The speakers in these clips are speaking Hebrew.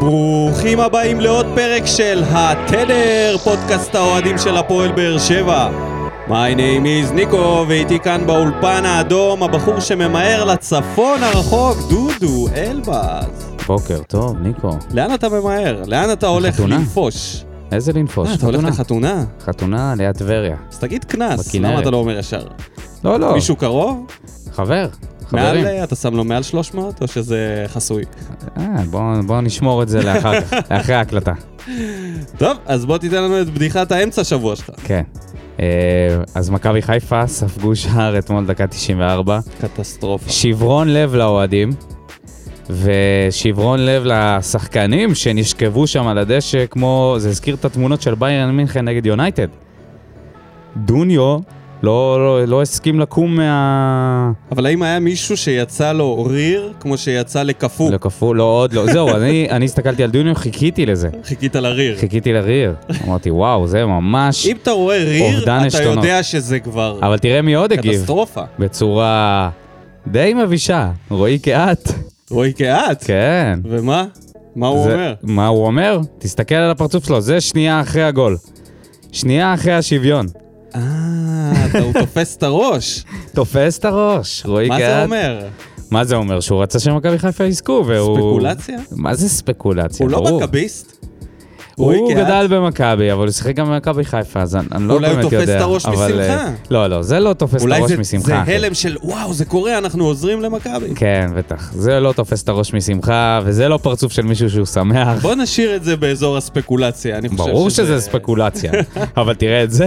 ברוכים הבאים לעוד פרק של התדר, פודקאסט האוהדים של הפועל באר שבע. My name is ניקו, ואיתי כאן באולפן האדום הבחור שממהר לצפון הרחוק, דודו אלבז. בוקר טוב, ניקו. לאן אתה ממהר? לאן אתה הולך לנפוש? איזה לנפוש? אתה הולך לחתונה? חתונה ליד טבריה. אז תגיד כנס, למה אתה לא אומר ישר? לא. מישהו קרוב? חברים. אתה שם לו מעל 300 או שזה חסוי? בוא נשמור את זה לאחרי ההקלטה. טוב, אז בוא תיתן לנו את בדיחת האמצע שבוע שלך. כן. אז מכבי חיפה ספגו שער אתמול דקה 94. קטסטרופה. שברון לב לאוהדים, ושברון לב לשחקנים שנשכבו שם על הדשא, כמו, זה הזכיר את התמונות של ביירן מינכן נגד יונייטד. דוניו לא הסכים לקום אבל האם היה מישהו שיצא לו ריר כמו שיצא לקפוא? לקפוא, לא עוד לא. זהו, אני הסתכלתי על דוניו, חיכיתי לזה. חיכית לריר. חיכיתי לריר. אמרתי, וואו, זה ממש אם אתה רואה ריר, אתה יודע שזה כבר אבל תראה מי עוד הגיב. קטסטרופה. בצורה די מבישה. רועי קהת. רועי קהת? כן. ומה? מה הוא אומר? מה הוא אומר? תסתכל על הפרצוף שלו, זה שנייה אחרי הגול. שנייה אחרי השוויון. הוא תופס את הראש. תופס את הראש, רועי קהת. מה זה אומר? מה זה אומר? שהוא רצה שמכבי חיפה יזכו, והוא... ספקולציה? מה זה ספקולציה? הוא לא מכביסט? הוא גדל במכבי, אבל הוא שיחק גם במכבי חיפה, אז אני לא באמת יודע. אולי הוא תופס את הראש משמחה? לא, זה לא תופס את הראש משמחה. אולי זה הלם של, וואו, זה קורה, אנחנו עוזרים למכבי. כן, בטח. זה לא תופס את הראש משמחה, וזה לא פרצוף של מישהו שהוא שמח. בוא נשאיר את זה באזור הספקולציה. ברור שזה ספקולציה, אבל תראה את זה.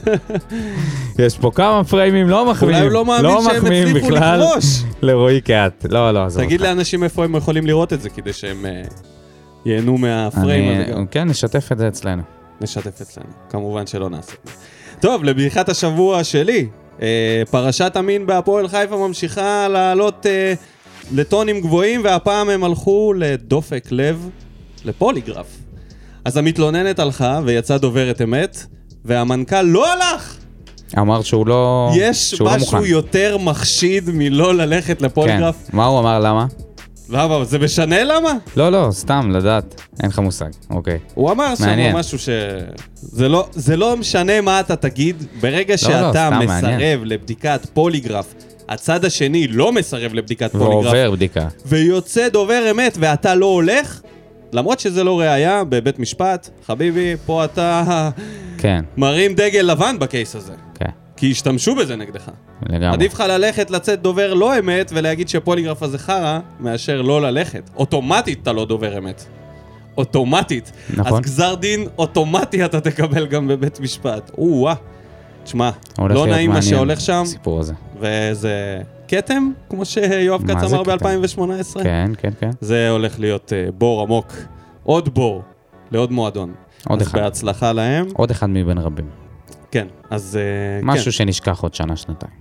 יש פה כמה פריימים לא מחמיאים. אולי הוא לא מאמין שהם הצליחו לכבוש. לרועי קהת. לא. תגיד לאנשים איפה הם יכולים לראות את זה, כדי שהם ייהנו מהפריים הזה גם. כן, נשתף את זה אצלנו. נשתף אצלנו, כמובן שלא נעשה. טוב, לבדיחת השבוע שלי, פרשת אמין בהפועל חיפה ממשיכה לעלות לטונים גבוהים, והפעם הם הלכו לדופק לב, לפוליגרף. אז המתלוננת הלכה ויצא דוברת אמת, והמנכ"ל לא הלך! אמר שהוא לא מוכן. יש משהו יותר מחשיד מלא ללכת לפוליגרף. כן, מה הוא אמר? למה? למה? זה משנה למה? לא, סתם, לדעת. אין לך מושג, אוקיי. הוא אמר שם משהו זה לא משנה מה אתה תגיד, ברגע שאתה מסרב לבדיקת פוליגרף, הצד השני לא מסרב לבדיקת פוליגרף. ועובר בדיקה. ויוצא דובר אמת ואתה לא הולך, למרות שזה לא ראייה בבית משפט, חביבי, פה אתה מרים דגל לבן בקייס הזה. כן. כי השתמשו בזה נגדך. לגמרי. עדיף לך לצאת דובר לא אמת ולהגיד שפוליגרף הזה חרה, מאשר לא ללכת. אוטומטית אתה לא דובר אמת. אוטומטית. נכון. אז גזר דין אוטומטי אתה תקבל גם בבית משפט. תשמע, לא נעים מה שהולך שם. הסיפור הזה. וזה קטם, כמו שיואב קץ אמר ב-2018. כן. זה הולך להיות בור עמוק. עוד בור, לעוד מועדון. עוד אחד. בהצלחה להם. עוד אחד מבין רבים. כן, אז משהו שנשכח עוד שנה, שנתיים.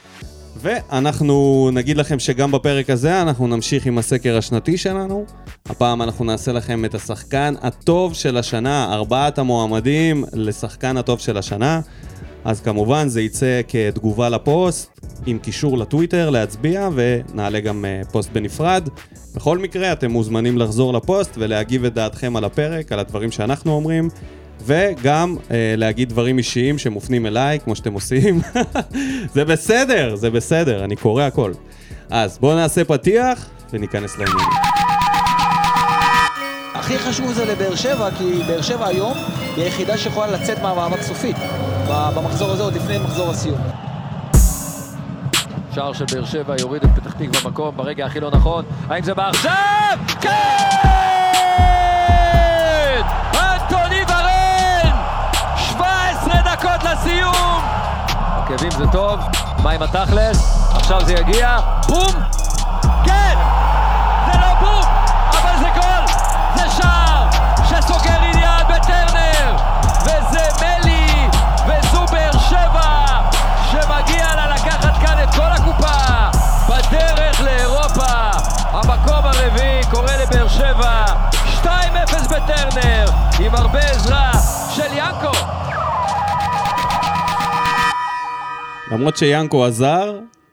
ואנחנו נגיד לכם שגם בפרק הזה אנחנו נמשיך עם הסקר השנתי שלנו. הפעם אנחנו נעשה לכם את השחקן הטוב של השנה, 4 המועמדים לשחקן הטוב של השנה. אז כמובן זה יצא כתגובה לפוסט, עם קישור לטוויטר להצביע, ונעלה גם פוסט בנפרד. בכל מקרה אתם מוזמנים לחזור לפוסט ולהגיב את דעתכם על הפרק, על הדברים שאנחנו אומרים. וגם להגיד דברים אישיים שמופנים אליי, כמו שאתם עושים. זה בסדר, אני קורא הכל. אז בואו נעשה פתיח וניכנס לעניין. הכי חשוב זה לבאר שבע, כי באר שבע היום היא היחידה שיכולה לצאת מהמאבק סופית. במחזור הזה עוד לפני מחזור הסיום. שער של באר שבע יוריד את פתח תקווה במקום ברגע הכי לא נכון. האם זה בא עכשיו? כן! אנטוני ורן! 17 דקות לסיום! עקבים זה טוב, מה עם התכלס? עכשיו זה יגיע, בום! כן! זה לא בום! אבל זה גול! זה שער שסוגר עניין בטרנר! וזה מלי! וזו באר שבע! שמגיע לה לקחת כאן את כל הקופה! בדרך לאירופה! המקום הרביעי קורא לבאר שבע! 2-0 בטרנר! עם הרבה עזרה של ינקו! למרות שיאנקו עזר,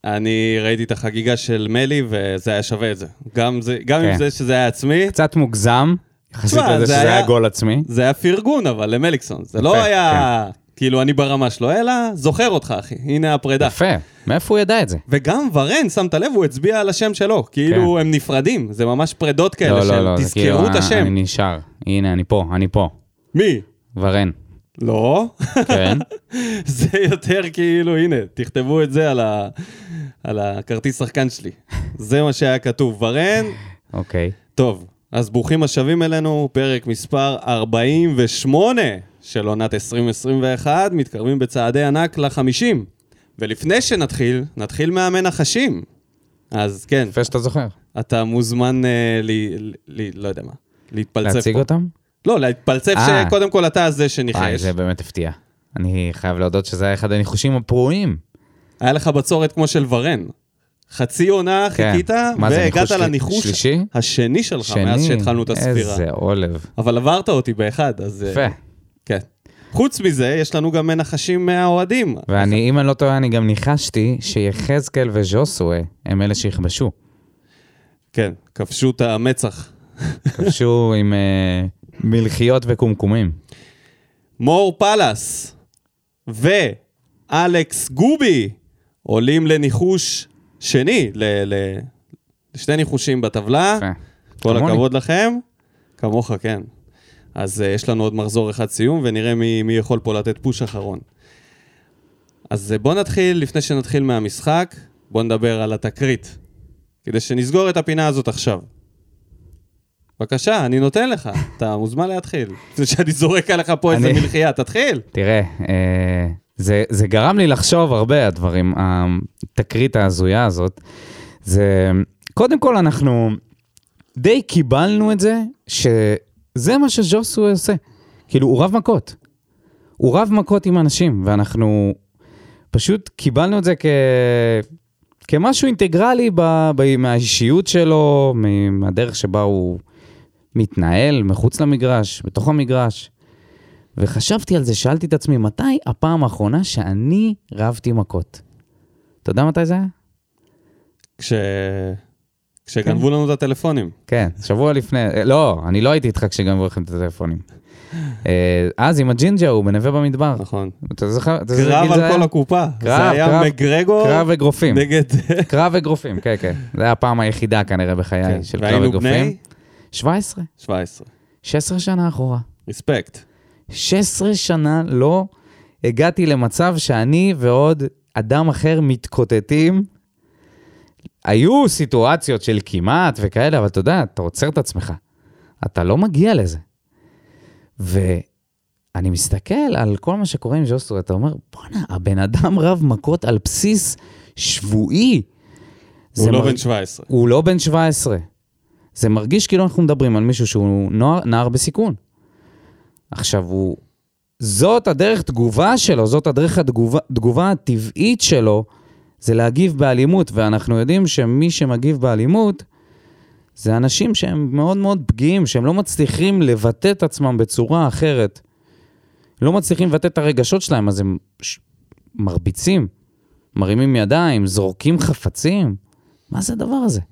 אני ראיתי את החגיגה של מלי, וזה היה שווה את זה. גם עם זה שזה היה עצמי. קצת מוגזם, יחסית לזה שזה היה גול עצמי. זה היה פרגון, אבל למליקסון. זה לא היה, כאילו, אני ברמה שלו, אלא זוכר אותך, אחי. הנה הפרידה. יפה, מאיפה הוא ידע את זה? וגם ורן, שמת לב, הוא הצביע על השם שלו. כאילו, הם נפרדים. זה ממש פרידות כאלה של תזכרו את השם. אני נשאר. הנה, אני פה. מי? ורן. לא. כן. זה יותר כאילו, הנה, תכתבו את זה על הכרטיס שחקן שלי. זה מה שהיה כתוב, ורן. אוקיי. טוב, אז ברוכים השבים אלינו, פרק מספר 48 של עונת 2021, מתקרבים בצעדי ענק ל-50. ולפני שנתחיל, נתחיל מהמנחשים. אז כן. יפה שאתה זוכר. אתה מוזמן, לא יודע מה, להתפלצף פה. להציג אותם? לא, להתפלצף שקודם כל אתה זה שניחש. זה באמת הפתיע. אני חייב להודות שזה היה אחד הניחושים הפרועים. היה לך בצורת כמו של ורן. חצי עונה חיכית, והגעת לניחוש השני שלך, מאז שהתחלנו את הספירה. איזה עולב. אבל עברת אותי באחד, אז... יפה. כן. חוץ מזה, יש לנו גם מנחשים מהאוהדים. ואני, אם אני לא טועה, אני גם ניחשתי שיחזקאל וז'וסואה הם אלה שיכבשו. כן, כבשו את המצח. כבשו עם מלחיות וקומקומים. מור פלס ואלכס גובי עולים לניחוש שני, לשתי ניחושים בטבלה. כל הכבוד לכם. כמוך, כן. אז יש לנו עוד מחזור אחד סיום, ונראה מי יכול פה לתת פוש אחרון. אז בוא נתחיל, לפני שנתחיל מהמשחק, בוא נדבר על התקרית. כדי שנסגור את הפינה הזאת עכשיו. בבקשה, אני נותן לך. אתה מוזמן להתחיל. לפני שאני זורק עליך פה איזה מלחייה, תתחיל. תראה, זה גרם לי לחשוב הרבה הדברים, התקרית ההזויה הזאת. זה, קודם כל אנחנו די קיבלנו את זה, שזה מה שז'וסו עושה. כאילו, הוא רב מכות. הוא רב מכות עם אנשים, ואנחנו פשוט קיבלנו את זה כמשהו אינטגרלי מהאישיות שלו, מהדרך שבה הוא מתנהל מחוץ למגרש, בתוך המגרש. וחשבתי על זה, שאלתי את עצמי, מתי הפעם האחרונה שאני רבתי מכות? אתה יודע מתי זה היה? כשגנבו לנו את הטלפונים. כן, שבוע לפני, לא, אני לא הייתי איתך כשגנבו לכם את הטלפונים. אז עם הג'ינג'ה הוא בנווה במדבר. נכון. אתה זוכר? קרב על כל הקופה. זה היה מגרגור. קרב וגרופים. נגד... קרב וגרופים, כן, כן. זה היה הפעם היחידה כנראה בחיי של קרב וגרופים. והיינו בני? 17. 16 שנה אחורה. ריספקט. 16 שנה לא הגעתי למצב שאני ועוד אדם אחר מתקוטטים. היו סיטואציות של כמעט וכאלה, אבל אתה יודע, אתה עוצר את עצמך. אתה לא מגיע לזה. ואני מסתכל על כל מה שקורה עם ז'וסו, אתה אומר, בוא'נה, הבן אדם רב מכות על בסיס שבועי. הוא לא בן 17. הוא לא בן 17. זה מרגיש כאילו אנחנו מדברים על מישהו שהוא נער בסיכון. עכשיו, זאת הדרך תגובה שלו, זאת הדרך התגובה הטבעית שלו, זה להגיב באלימות, ואנחנו יודעים שמי שמגיב באלימות, זה אנשים שהם מאוד מאוד פגיעים, שהם לא מצליחים לבטא את עצמם בצורה אחרת. לא מצליחים לבטא את הרגשות שלהם, אז הם מרביצים, מרימים ידיים, זורקים חפצים. מה זה הדבר הזה?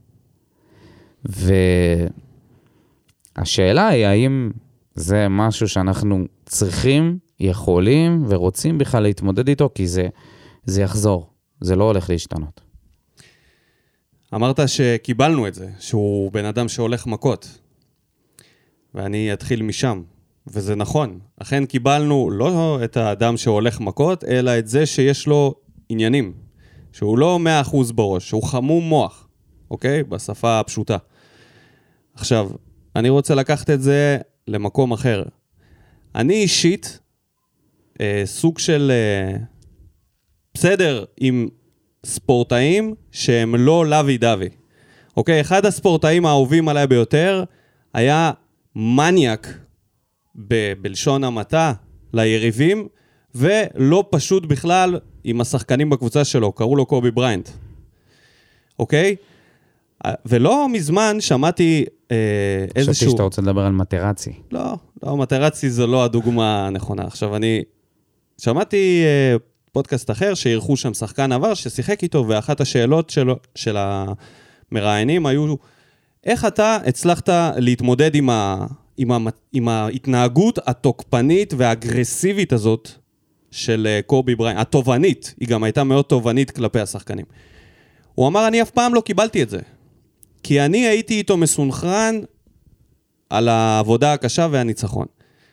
והשאלה היא, האם זה משהו שאנחנו צריכים, יכולים ורוצים בכלל להתמודד איתו, כי זה יחזור, זה לא הולך להשתנות. אמרת שקיבלנו את זה, שהוא בן אדם שהולך מכות. ואני אתחיל משם, וזה נכון. אכן קיבלנו לא את האדם שהולך מכות, אלא את זה שיש לו עניינים. שהוא לא 100% בראש, שהוא חמום מוח, אוקיי? בשפה הפשוטה. עכשיו, אני רוצה לקחת את זה למקום אחר. אני אישית, סוג של בסדר עם ספורטאים שהם לא לוי דווי. אוקיי, אחד הספורטאים האהובים עליי ביותר היה מניאק בלשון המעטה ליריבים, ולא פשוט בכלל עם השחקנים בקבוצה שלו, קראו לו קובי בריינט. אוקיי? ולא מזמן שמעתי איזשהו... חשבתי שאתה רוצה לדבר על מטרצי. לא, מטרצי זו לא הדוגמה הנכונה. עכשיו אני שמעתי פודקאסט אחר, שירחו שם שחקן עבר, ששיחק איתו, ואחת השאלות של המראיינים היו, איך אתה הצלחת להתמודד עם ההתנהגות התוקפנית והאגרסיבית הזאת של קובי בריינט, התובנית, היא גם הייתה מאוד תובנית כלפי השחקנים. הוא אמר, אני אף פעם לא קיבלתי את זה, כי אני הייתי איתו מסונכרן על העבודה הקשה והניצחון.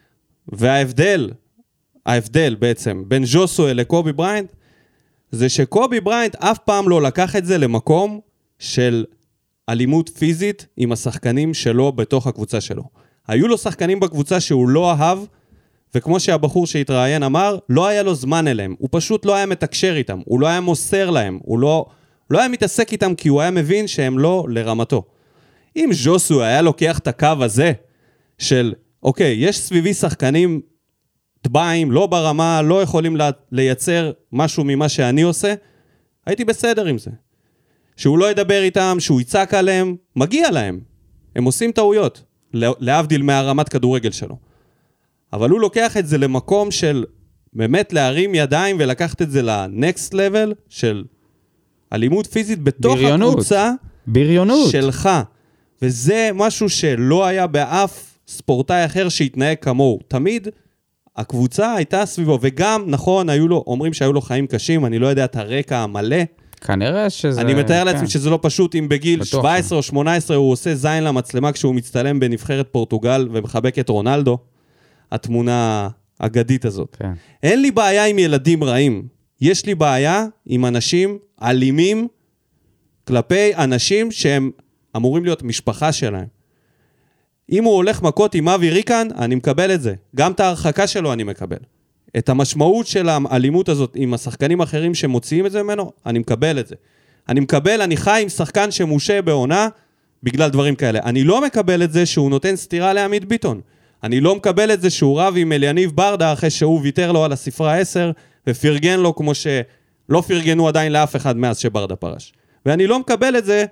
וההבדל בעצם בין ז'וסוי לקובי בריינט, זה שקובי בריינט אף פעם לא לקח את זה למקום של אלימות פיזית עם השחקנים שלו בתוך הקבוצה שלו. היו לו שחקנים בקבוצה שהוא לא אהב, וכמו שהבחור שהתראיין אמר, לא היה לו זמן אליהם, הוא פשוט לא היה מתקשר איתם, הוא לא היה מוסר להם, הוא לא היה מתעסק איתם כי הוא היה מבין שהם לא לרמתו. אם ז'וסוי היה לוקח את הקו הזה של, אוקיי, יש סביבי שחקנים טבעים, לא ברמה, לא יכולים לייצר משהו ממה שאני עושה, הייתי בסדר עם זה. שהוא לא ידבר איתם, שהוא יצעק עליהם, מגיע להם. הם עושים טעויות, להבדיל מהרמת כדורגל שלו. אבל הוא לוקח את זה למקום של באמת להרים ידיים ולקחת את זה לנקסט לבל של אלימות פיזית בתוך הקבוצה שלך. וזה משהו שלא היה באף ספורטאי אחר שהתנהג כמוהו. תמיד הקבוצה הייתה סביבו, וגם, נכון, אומרים שהיו לו חיים קשים, אני לא יודע את הרקע המלא. כנראה שזה... אני מתאר לעצמי שזה לא פשוט, אם בגיל 17 או 18 הוא עושה זין למצלמה כשהוא מצטלם בנבחרת פורטוגל ומחבק את רונלדו, התמונה האגדית הזאת. כן. אין לי בעיה עם ילדים רעים, יש לי בעיה עם אנשים אלימים כלפי אנשים שהם אמורים להיות משפחה שלהם. אם הוא הולך מכות עם אבי ריקן, אני מקבל את זה. גם את ההרחקה שלו אני מקבל. את המשמעות של האלימות הזאת עם השחקנים האחרים שמוציאים את זה ממנו, אני מקבל את זה. אני חי עם שחקן שמושה בעונה בגלל דברים כאלה. אני לא מקבל את זה שהוא נותן סתירה לעמית ביטון. אני לא מקבל את זה שהוא רב עם אליניב ברדה אחרי שהוא ויתר לו על הספרה 10 ופרגן לו כמו שלא פרגנו עדיין לאף אחד מאז שברדה פרש. ואני לא מקבל את זה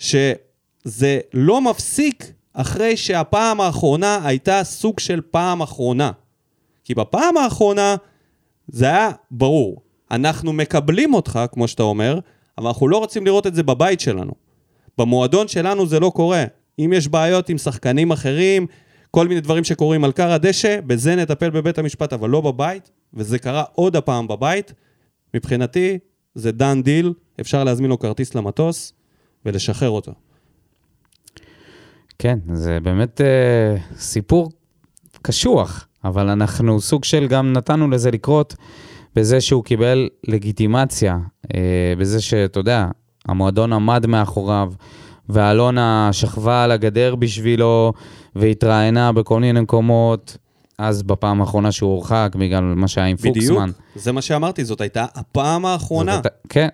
שזה לא מפסיק אחרי שהפעם האחרונה הייתה סוג של פעם אחרונה. כי בפעם האחרונה זה היה ברור. אנחנו מקבלים אותך, כמו שאתה אומר, אבל אנחנו לא רוצים לראות את זה בבית שלנו. במועדון שלנו זה לא קורה. אם יש בעיות עם שחקנים אחרים, כל מיני דברים שקורים על קר הדשא, בזה נטפל בבית המשפט, אבל לא בבית, וזה קרה עוד הפעם בבית. מבחינתי, זה דן דיל, אפשר להזמין לו כרטיס למטוס, ולשחרר אותו. כן, זה באמת סיפור קשוח, אבל אנחנו סוג של גם נתנו לזה לקרות, בזה שהוא קיבל לגיטימציה, בזה שאתה יודע, המועדון עמד מאחוריו, ואלונה שכבה על הגדר בשבילו, והתראיינה בכל מיני מקומות, אז בפעם האחרונה שהוא הורחק, בגלל מה שהיה עם פוקסמן. בדיוק, זה מה שאמרתי, זאת הייתה הפעם האחרונה. כן,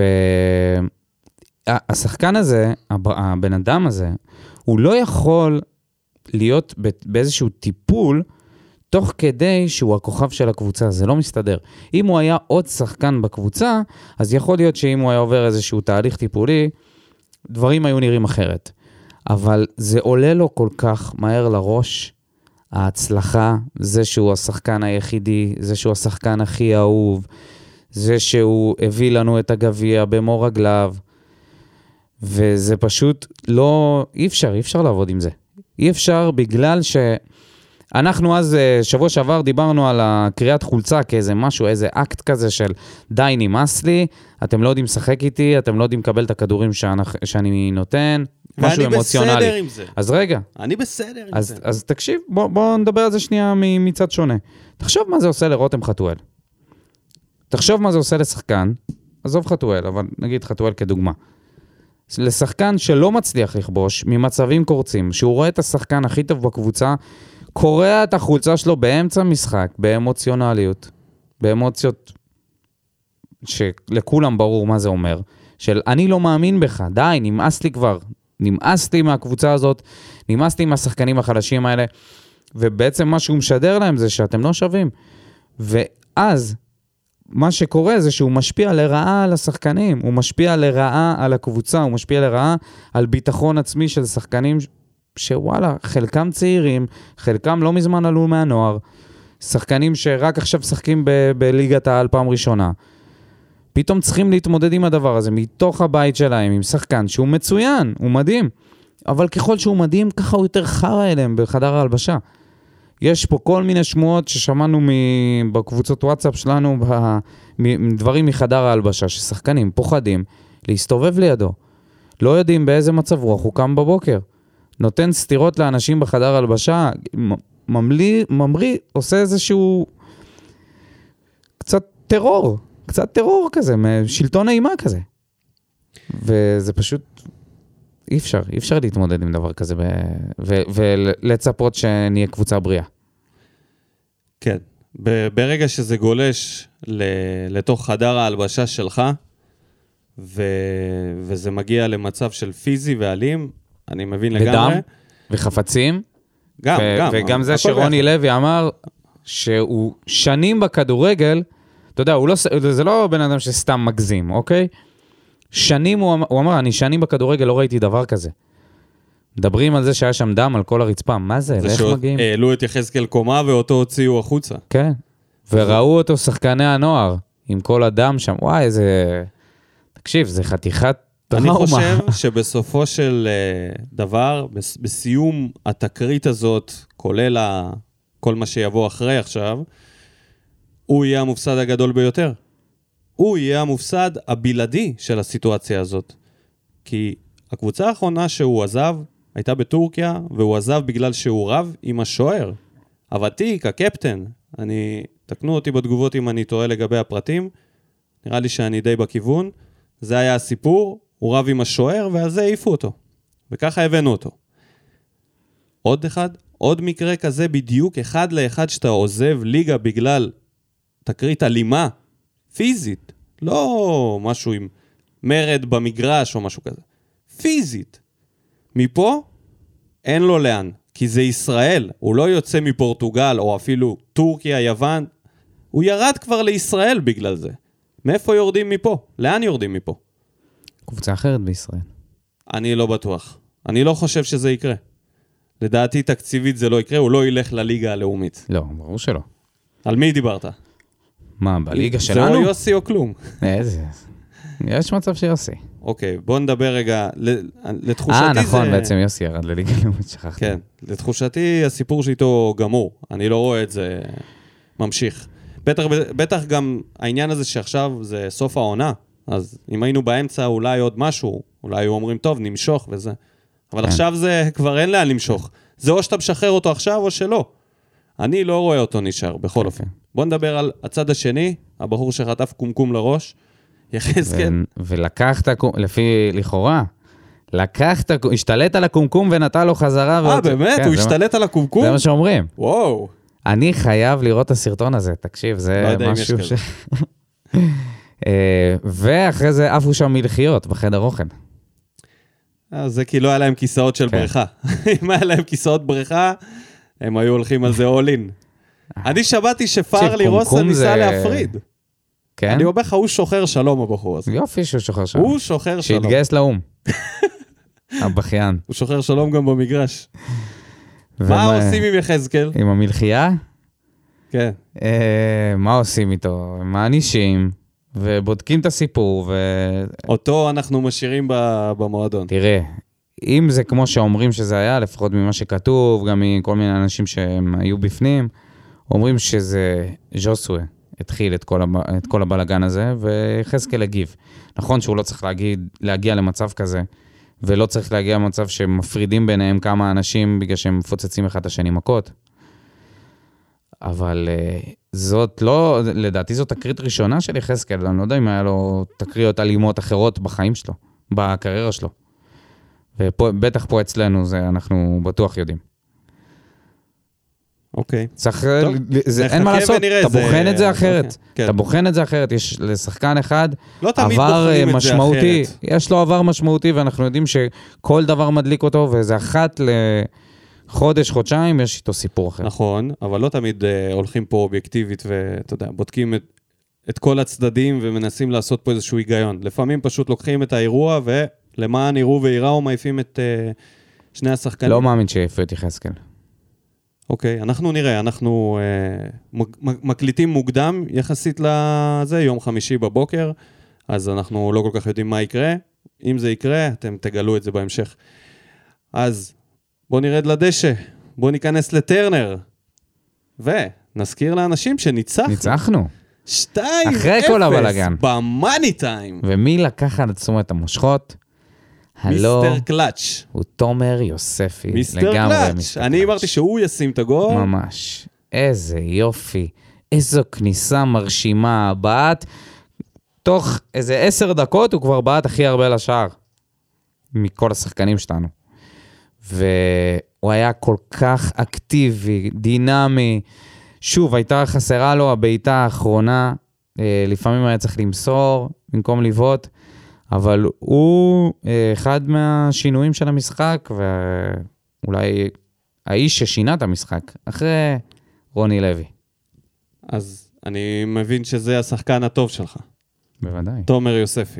והשחקן הזה, הבן אדם הזה, הוא לא יכול להיות באיזשהו טיפול, תוך כדי שהוא הכוכב של הקבוצה, זה לא מסתדר. אם הוא היה עוד שחקן בקבוצה, אז יכול להיות שאם הוא היה עובר איזשהו תהליך טיפולי, דברים היו נראים אחרת. אבל זה עולה לו כל כך מהר לראש, ההצלחה, זה שהוא השחקן היחידי, זה שהוא השחקן הכי אהוב, זה שהוא הביא לנו את הגביע במו רגליו, וזה פשוט לא, אי אפשר לעבוד עם זה. אי אפשר בגלל אנחנו אז, שבוע שעבר, דיברנו על הקריאת חולצה כאיזה משהו, איזה אקט כזה של די נמאס לי, אתם לא יודעים לשחק איתי, אתם לא יודעים לקבל את הכדורים שאני נותן, משהו אמוציונלי. ואני בסדר עם זה. אז רגע. אני בסדר עם זה. אז תקשיב, בוא נדבר על זה שנייה מצד שונה. תחשוב מה זה עושה לרותם חתואל. תחשוב מה זה עושה לשחקן, עזוב חתואל, אבל נגיד חתואל כדוגמה. לשחקן שלא מצליח לכבוש, ממצבים קורצים, שהוא רואה את השחקן הכי טוב בקבוצה, קורא את החולצה שלו באמצע משחק, באמוציונליות, באמוציות שלכולם ברור מה זה אומר, של אני לא מאמין בך, די, נמאס לי כבר, נמאס לי מהקבוצה הזאת, נמאס לי מהשחקנים החלשים האלה, ובעצם מה שהוא משדר להם זה שאתם לא שווים. ואז מה שקורה זה שהוא משפיע לרעה על השחקנים, הוא משפיע לרעה על הקבוצה, הוא משפיע לרעה על ביטחון עצמי של שחקנים שוואלה, חלקם צעירים, חלקם לא מזמן עלו מהנוער, שחקנים שרק עכשיו משחקים בליגת העל פעם ראשונה, פתאום צריכים להתמודד עם הדבר הזה, מתוך הבית שלהם, עם שחקן שהוא מצוין, הוא מדהים, אבל ככל שהוא מדהים, ככה הוא יותר חרא אליהם בחדר ההלבשה. יש פה כל מיני שמועות ששמענו בקבוצות וואטסאפ שלנו, דברים מחדר ההלבשה, ששחקנים פוחדים להסתובב לידו. לא יודעים באיזה מצב רוח הוא קם בבוקר. נותן סתירות לאנשים בחדר ההלבשה, ממריא, עושה איזשהו קצת טרור כזה, שלטון האימה כזה. וזה פשוט אי אפשר להתמודד עם דבר כזה, ולצפות שנהיה קבוצה בריאה. כן, ברגע שזה גולש לתוך חדר ההלבשה שלך, וזה מגיע למצב של פיזי ואלים, אני מבין לגמרי. ודם, וחפצים. גם. וגם זה שרוני לוי אמר, שהוא שנים בכדורגל, אתה יודע, זה לא בן אדם שסתם מגזים, אוקיי? שנים הוא אמר, אני שנים בכדורגל לא ראיתי דבר כזה. מדברים על זה שהיה שם דם על כל הרצפה, מה זה? איך מגיעים? העלו את יחזקאל קומה ואותו הוציאו החוצה. כן, וראו אותו שחקני הנוער, עם כל הדם שם, וואי, איזה... תקשיב, זה חתיכת טראומה. אני חושב שבסופו של דבר, בסיום התקרית הזאת, כולל כל מה שיבוא אחרי עכשיו, הוא יהיה המופסד הגדול ביותר. הוא יהיה המופסד הבלעדי של הסיטואציה הזאת. כי הקבוצה האחרונה שהוא עזב, הייתה בטורקיה, והוא עזב בגלל שהוא רב עם השוער. הוותיק, הקפטן, תקנו אותי בתגובות אם אני טועה לגבי הפרטים, נראה לי שאני די בכיוון, זה היה הסיפור, הוא רב עם השוער, ועל זה העיפו אותו. וככה הבאנו אותו. עוד מקרה כזה בדיוק, אחד לאחד שאתה עוזב ליגה בגלל תקרית אלימה, פיזית, לא משהו עם מרד במגרש או משהו כזה. פיזית. מפה אין לו לאן, כי זה ישראל, הוא לא יוצא מפורטוגל או אפילו טורקיה, יוון, הוא ירד כבר לישראל בגלל זה. מאיפה יורדים מפה? לאן יורדים מפה? קבוצה אחרת בישראל. אני לא בטוח. אני לא חושב שזה יקרה. לדעתי תקציבית זה לא יקרה, הוא לא ילך לליגה הלאומית. לא, ברור שלא. על מי דיברת? מה, בליגה שלנו? זה או יוסי או כלום. איזה... יש מצב שיוסי. אוקיי, בוא נדבר רגע, לתחושתי זה... נכון, בעצם יוסי ירד לליגה לאומית, שכחתי. כן, לתחושתי הסיפור שאיתו גמור, אני לא רואה את זה ממשיך. בטח גם העניין הזה שעכשיו זה סוף העונה, אז אם היינו באמצע אולי עוד משהו, אולי היו אומרים טוב, נמשוך וזה. אבל עכשיו זה כבר אין לאן למשוך. זה או שאתה משחרר אותו עכשיו או שלא. אני לא רואה אותו נשאר, בכל אופן. בוא נדבר על הצד השני, הבחור שחטף קומקום לראש, יחזקאל. ולקחת, לפי לכאורה, השתלט על הקומקום ונתן לו חזרה. באמת? הוא השתלט על הקומקום? זה מה שאומרים. וואו. אני חייב לראות את הסרטון הזה, תקשיב, זה משהו ש... ואחרי זה עפו שם מלחיות בחדר אוכל. זה כי לא היה להם כיסאות של בריכה. אם היה להם כיסאות בריכה, הם היו הולכים על זה אולין. אני שמעתי שפארלי רוסן ניסה להפריד. כן? אני אומר לך, הוא שוחר שלום הבחור הזה. יופי שהוא שוחר שלום. הוא שוחר שלום. שהתגייס לאום. הבכיין. הוא שוחר שלום גם במגרש. מה עושים עם יחזקאל? עם המלחייה? כן. מה עושים איתו? מענישים, ובודקים את הסיפור, אותו אנחנו משאירים במועדון. תראה, אם זה כמו שאומרים שזה היה, לפחות ממה שכתוב, גם מכל מיני אנשים שהם היו בפנים, אומרים שזה ז'וסווה התחיל את כל הבלגן הזה, ויחזקאל הגיב. נכון שהוא לא צריך להגיע למצב כזה, ולא צריך להגיע למצב שמפרידים ביניהם כמה אנשים, בגלל שהם מפוצצים אחד השני מכות. אבל זאת לא, לדעתי זאת תקרית ראשונה של יחזקאל, אני לא יודע אם היה לו תקריות אלימות אחרות בחיים שלו, בקריירה שלו. ובטח פה אצלנו, זה אנחנו בטוח יודעים. אוקיי. אין מה לעשות, אתה בוחן את זה אחרת. אתה בוחן את זה אחרת, יש לשחקן אחד עבר משמעותי, יש לו עבר משמעותי, ואנחנו יודעים שכל דבר מדליק אותו, וזה אחת לחודש, חודשיים, יש איתו סיפור אחר. נכון, אבל לא תמיד הולכים פה אובייקטיבית, ואתה יודע, בודקים את כל הצדדים, ומנסים לעשות פה איזשהו היגיון. לפעמים פשוט לוקחים את האירוע, ולמען יראו ויראו, מעיפים את שני השחקנים. לא מאמין שיפו את יחזקאל. אוקיי, אנחנו נראה, אנחנו מקליטים מוקדם יחסית לזה, יום חמישי בבוקר, אז אנחנו לא כל כך יודעים מה יקרה. אם זה יקרה, אתם תגלו את זה בהמשך. אז בואו נרד לדשא, בואו ניכנס לטרנר, ונזכיר לאנשים שניצחנו. ניצחנו. 2-0 אחרי כל הבלגן. במאני טיים. ומי לקח על עצמו את המושכות? הלו, מיסטר קלאץ'. הוא תומר יוספי. מיסטר קלאץ'. אני אמרתי שהוא ישים את הגול. ממש. איזה יופי. איזו כניסה מרשימה. בעט, תוך איזה 10 דקות הוא כבר בעט הכי הרבה לשער. מכל השחקנים שלנו. והוא היה כל כך אקטיבי, דינמי. שוב, הייתה חסרה לו הבעיטה האחרונה. לפעמים היה צריך למסור במקום לבעוט. אבל הוא אחד מהשינויים של המשחק, ואולי האיש ששינה את המשחק, אחרי רוני לוי. אז אני מבין שזה השחקן הטוב שלך. בוודאי. תומר יוספי.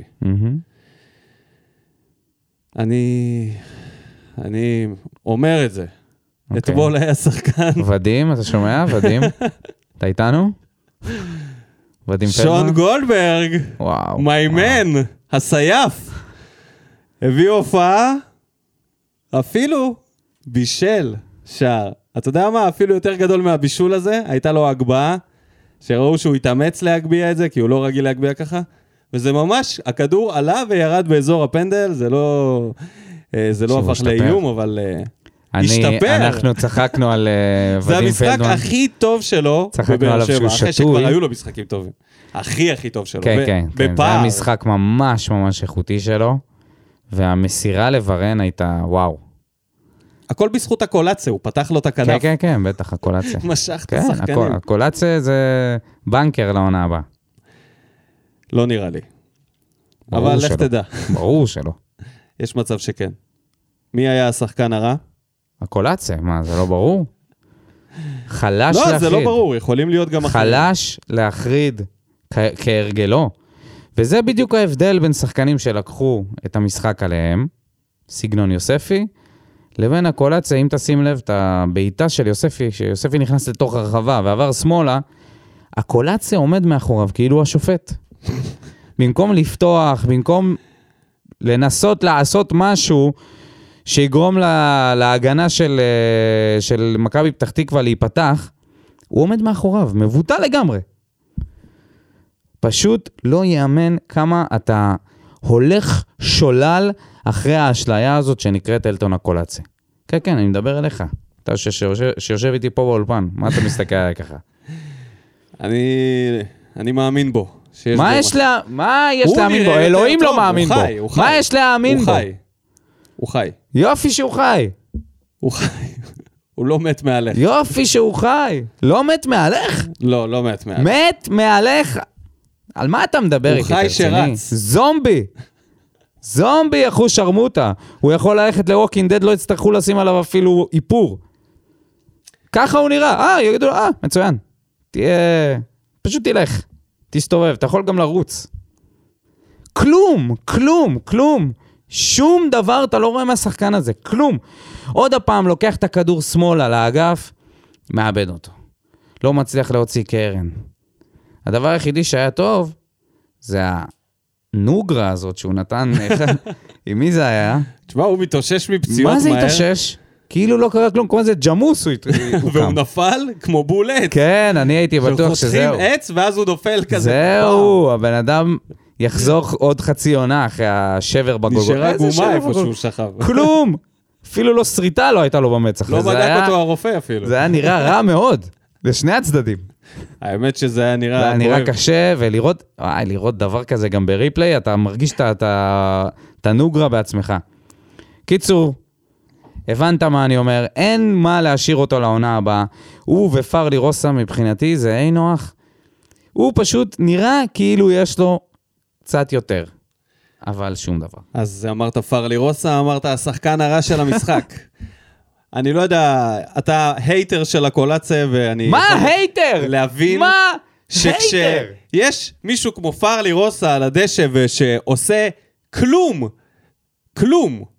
אני אומר את זה. אתמול היה שחקן. ודים, אתה שומע? ודים? אתה איתנו? ודים פלדמן? שון גולדברג. וואו. מיימן. הסייף. הביא הופעה. אפילו בישל שער. אתה יודע מה? אפילו יותר גדול מהבישול הזה. הייתה לו הגבהה. שראו שהוא התאמץ להגביע את זה, כי הוא לא רגיל להגביע ככה. וזה ממש, הכדור עלה וירד באזור הפנדל. זה לא הפך לאיום, אבל השתפר. אנחנו צחקנו על ודים פלדמן. זה המשחק הכי טוב שלו בבאר שבע, אחרי שכבר היו לו משחקים טובים. הכי טוב שלו, כן, בפער. זה היה משחק ממש ממש איכותי שלו, והמסירה לברן הייתה וואו. הכל בזכות הקולציה, הוא פתח לו את הכנף. כן, בטח, הקולציה. משך את השחקנים. כן, הקולציה זה בנקר לעונה הבאה. לא נראה לי. אבל לך תדע. ברור שלא. יש מצב שכן. מי היה השחקן הרע? הקולציה, מה, זה לא ברור? חלש להחריד. לא, זה לא ברור, יכולים להיות גם אחרים. חלש להחריד כהרגלו. וזה בדיוק ההבדל בין שחקנים שלקחו את המשחק עליהם, סגנון יוספי, לבין הקולציה, אם תשים לב את הבעיטה של יוספי, שיוספי נכנס לתוך הרחבה ועבר שמאלה, הקולציה עומד מאחוריו, כאילו השופט. במקום לפתוח, במקום לנסות לעשות משהו שיגרום להגנה של מכבי פתח תקווה להיפתח, הוא עומד מאחוריו, מבוטל לגמרי. פשוט לא יאמן כמה אתה הולך שולל אחרי האשליה הזאת שנקראת אלטון הקולציה. כן, אני מדבר אליך. אתה שיושב איתי פה באולפן, מה אתה מסתכל עליי ככה? אני מאמין בו. מה יש להאמין בו? אלוהים לא מאמין בו. מה יש להאמין בו? הוא חי. יופי שהוא חי. הוא חי. הוא לא מת מהלך. יופי שהוא חי. לא מת מהלך? לא מת מהלך. מת מהלך? על מה אתה מדבר איתי? הוא חי שרץ. זומבי אחו שרמוטה. הוא יכול ללכת לווקינג דד, לא יצטרכו לשים עליו אפילו איפור. ככה הוא נראה. יגידו לו, מצוין. פשוט תלך. תסתובב, אתה יכול גם לרוץ. כלום. שום דבר אתה לא רואה מהשחקן הזה, כלום. עוד הפעם לוקח את הכדור שמאלה לאגף, מאבד אותו. לא מצליח להוציא קרן. הדבר היחידי שהיה טוב, זה הנוגרה הזאת שהוא נתן, עם מי זה היה? תשמע, הוא מתאושש מפציעות מהר. מה זה התאושש? כאילו לא קרה כלום, כמו איזה ג'מוס הוא והוא נפל כמו בולט. כן, אני הייתי בטוח שזהו. שחותכים עץ ואז הוא נופל כזה. זהו, הבן אדם יחזור עוד חצי עונה אחרי השבר בגולגול. נשארה גומה איפה שהוא שכב. כלום. אפילו לא שריטה לא הייתה לו במצח. לא בדק אותו הרופא אפילו. זה היה נראה רע מאוד, לשני הצדדים. האמת שזה היה נראה... זה היה נראה קשה, ולראות דבר כזה גם בריפליי, אתה מרגיש את הנוגרה בעצמך. קיצור, הבנת מה אני אומר, אין מה להשאיר אותו לעונה הבאה. הוא ופרלי רוסה מבחינתי זה אין נוח. הוא פשוט נראה כאילו יש לו קצת יותר, אבל שום דבר. אז אמרת פרלי רוסה, אמרת השחקן הרע של המשחק. אני לא יודע, אתה הייטר של הקולציה, ואני... מה הייטר? להבין... מה שכשיש מישהו כמו פרלי רוסה על הדשא, ושעושה כלום,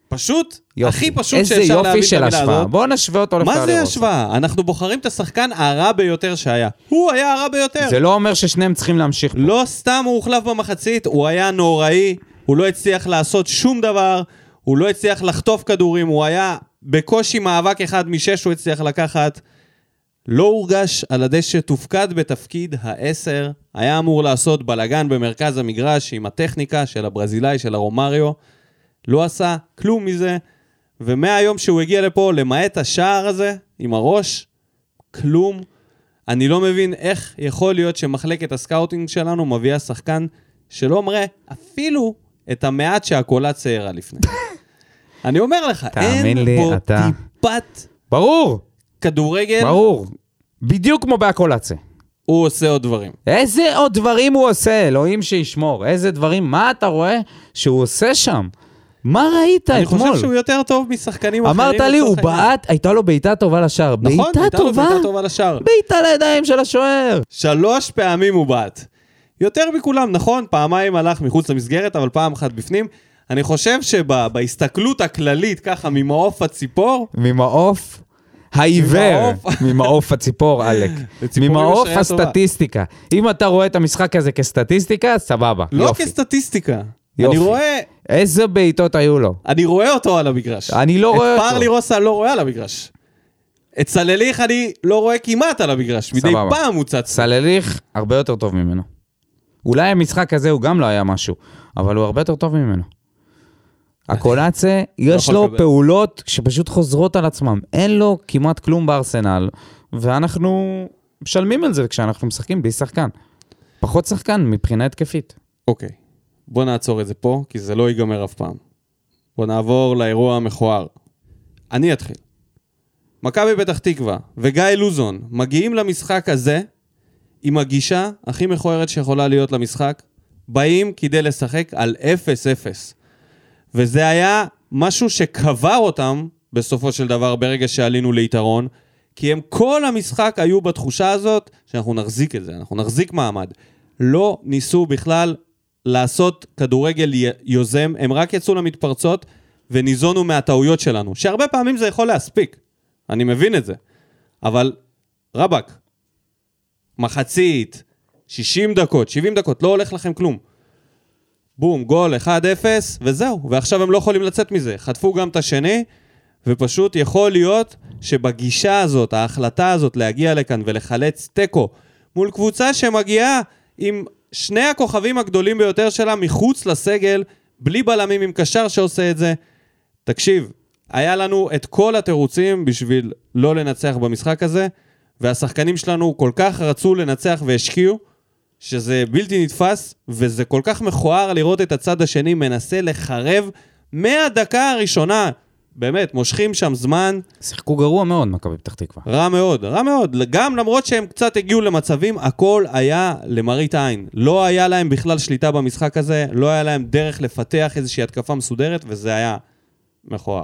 פשוט, יופי. הכי פשוט איזה שאפשר יופי להבין את של המילה השוואה. הזאת. בואו נשווה אותו לפאולי מה רוסה. זה השוואה? אנחנו בוחרים את השחקן הרע ביותר שהיה. הוא היה הרע ביותר. זה לא אומר ששניהם צריכים להמשיך פה. לא סתם הוא הוחלף במחצית, הוא היה נוראי, הוא לא הצליח לעשות שום דבר, הוא לא הצליח לחטוף כדורים, הוא היה בקושי מאבק אחד משש הוא הצליח לקחת. לא הורגש על הדשא, תופקד בתפקיד ה-10, היה אמור לעשות בלגן במרכז המגרש עם הטכניקה של הברזילאי, של הרומריו, לא עשה כלום מזה, ומהיום שהוא הגיע לפה, למעט השער הזה, עם הראש, כלום. אני לא מבין איך יכול להיות שמחלקת הסקאוטינג שלנו מביאה שחקן שלא מראה אפילו את המעט שהקולציה הראה לפני. אני אומר לך, אין פה טיפת ברור, כדורגל, ברור. בדיוק כמו בהקולציה. הוא עושה עוד דברים. איזה עוד דברים הוא עושה? אלוהים שישמור. איזה דברים, מה אתה רואה שהוא עושה שם? מה ראית אני אתמול? חושב שהוא יותר טוב משחקנים אחרים. אמרת לי, הוא בעט, הייתה לו בעיטה טובה לשער. נכון, בעיטה הייתה לו טובה? בעיטה טובה לשער. בעיטה לידיים של השוער. 3 פעמים הוא בעט. יותר מכולם, נכון? פעמיים הלך מחוץ למסגרת, אבל פעם אחת בפנים. אני חושב שבהסתכלות הכללית, ככה, ממעוף הציפור, ממעוף העיוור, ממעוף הציפור, עלק. ממעוף הסטטיסטיקה. אם אתה רואה את המשחק הזה כסטטיסטיקה, סבבה, לא יופי. כסטטיסטיקה. יופי. אני רואה... איזה בעיטות היו לו? אני רואה אותו על המגרש. אני לא רואה אותו. את פרלי רוסה לא רואה על המגרש. את סלליך אני לא רואה כמעט על המגרש. מדי פעם הוא צץ. סלליך הרבה יותר טוב ממנו. אולי המשחק הזה הוא גם לא היה משהו, אבל הוא הרבה יותר טוב ממנו. הקולציה, יש לו פעולות שפשוט חוזרות על עצמם. אין לו כמעט כלום בארסנל, ואנחנו משלמים על זה כשאנחנו משחקים בלי שחקן. פחות שחקן מבחינה התקפית. אוקיי, בוא נעצור את זה פה, כי זה לא ייגמר אף פעם. בוא נעבור לאירוע המכוער. אני אתחיל. מכבי פתח תקווה וגיא לוזון מגיעים למשחק הזה עם הגישה הכי מכוערת שיכולה להיות למשחק, באים כדי לשחק על 0-0. וזה היה משהו שקבר אותם בסופו של דבר ברגע שעלינו ליתרון, כי הם כל המשחק היו בתחושה הזאת שאנחנו נחזיק את זה, אנחנו נחזיק מעמד. לא ניסו בכלל לעשות כדורגל יוזם, הם רק יצאו למתפרצות וניזונו מהטעויות שלנו, שהרבה פעמים זה יכול להספיק, אני מבין את זה, אבל רבק, מחצית, 60 דקות, 70 דקות, לא הולך לכם כלום. בום, גול, 1-0, וזהו. ועכשיו הם לא יכולים לצאת מזה. חטפו גם את השני, ופשוט יכול להיות שבגישה הזאת, ההחלטה הזאת להגיע לכאן ולחלץ טקו, מול קבוצה שמגיעה עם שני הכוכבים הגדולים ביותר שלה מחוץ לסגל, בלי בלמים עם קשר שעושה את זה. תקשיב, היה לנו את כל התירוצים בשביל לא לנצח במשחק הזה, והשחקנים שלנו כל כך רצו לנצח והשקיעו, שזה בלתי נתפס, וזה כל כך מכוער לראות את הצד השני מנסה לחרב מהדקה הראשונה. באמת, מושכים שם זמן. שיחקו גרוע מאוד, מכבי פתח תקווה. רע מאוד, רע מאוד. גם למרות שהם קצת הגיעו למצבים, הכל היה למראית עין. לא היה להם בכלל שליטה במשחק הזה, לא היה להם דרך לפתח איזושהי התקפה מסודרת, וזה היה מכוער.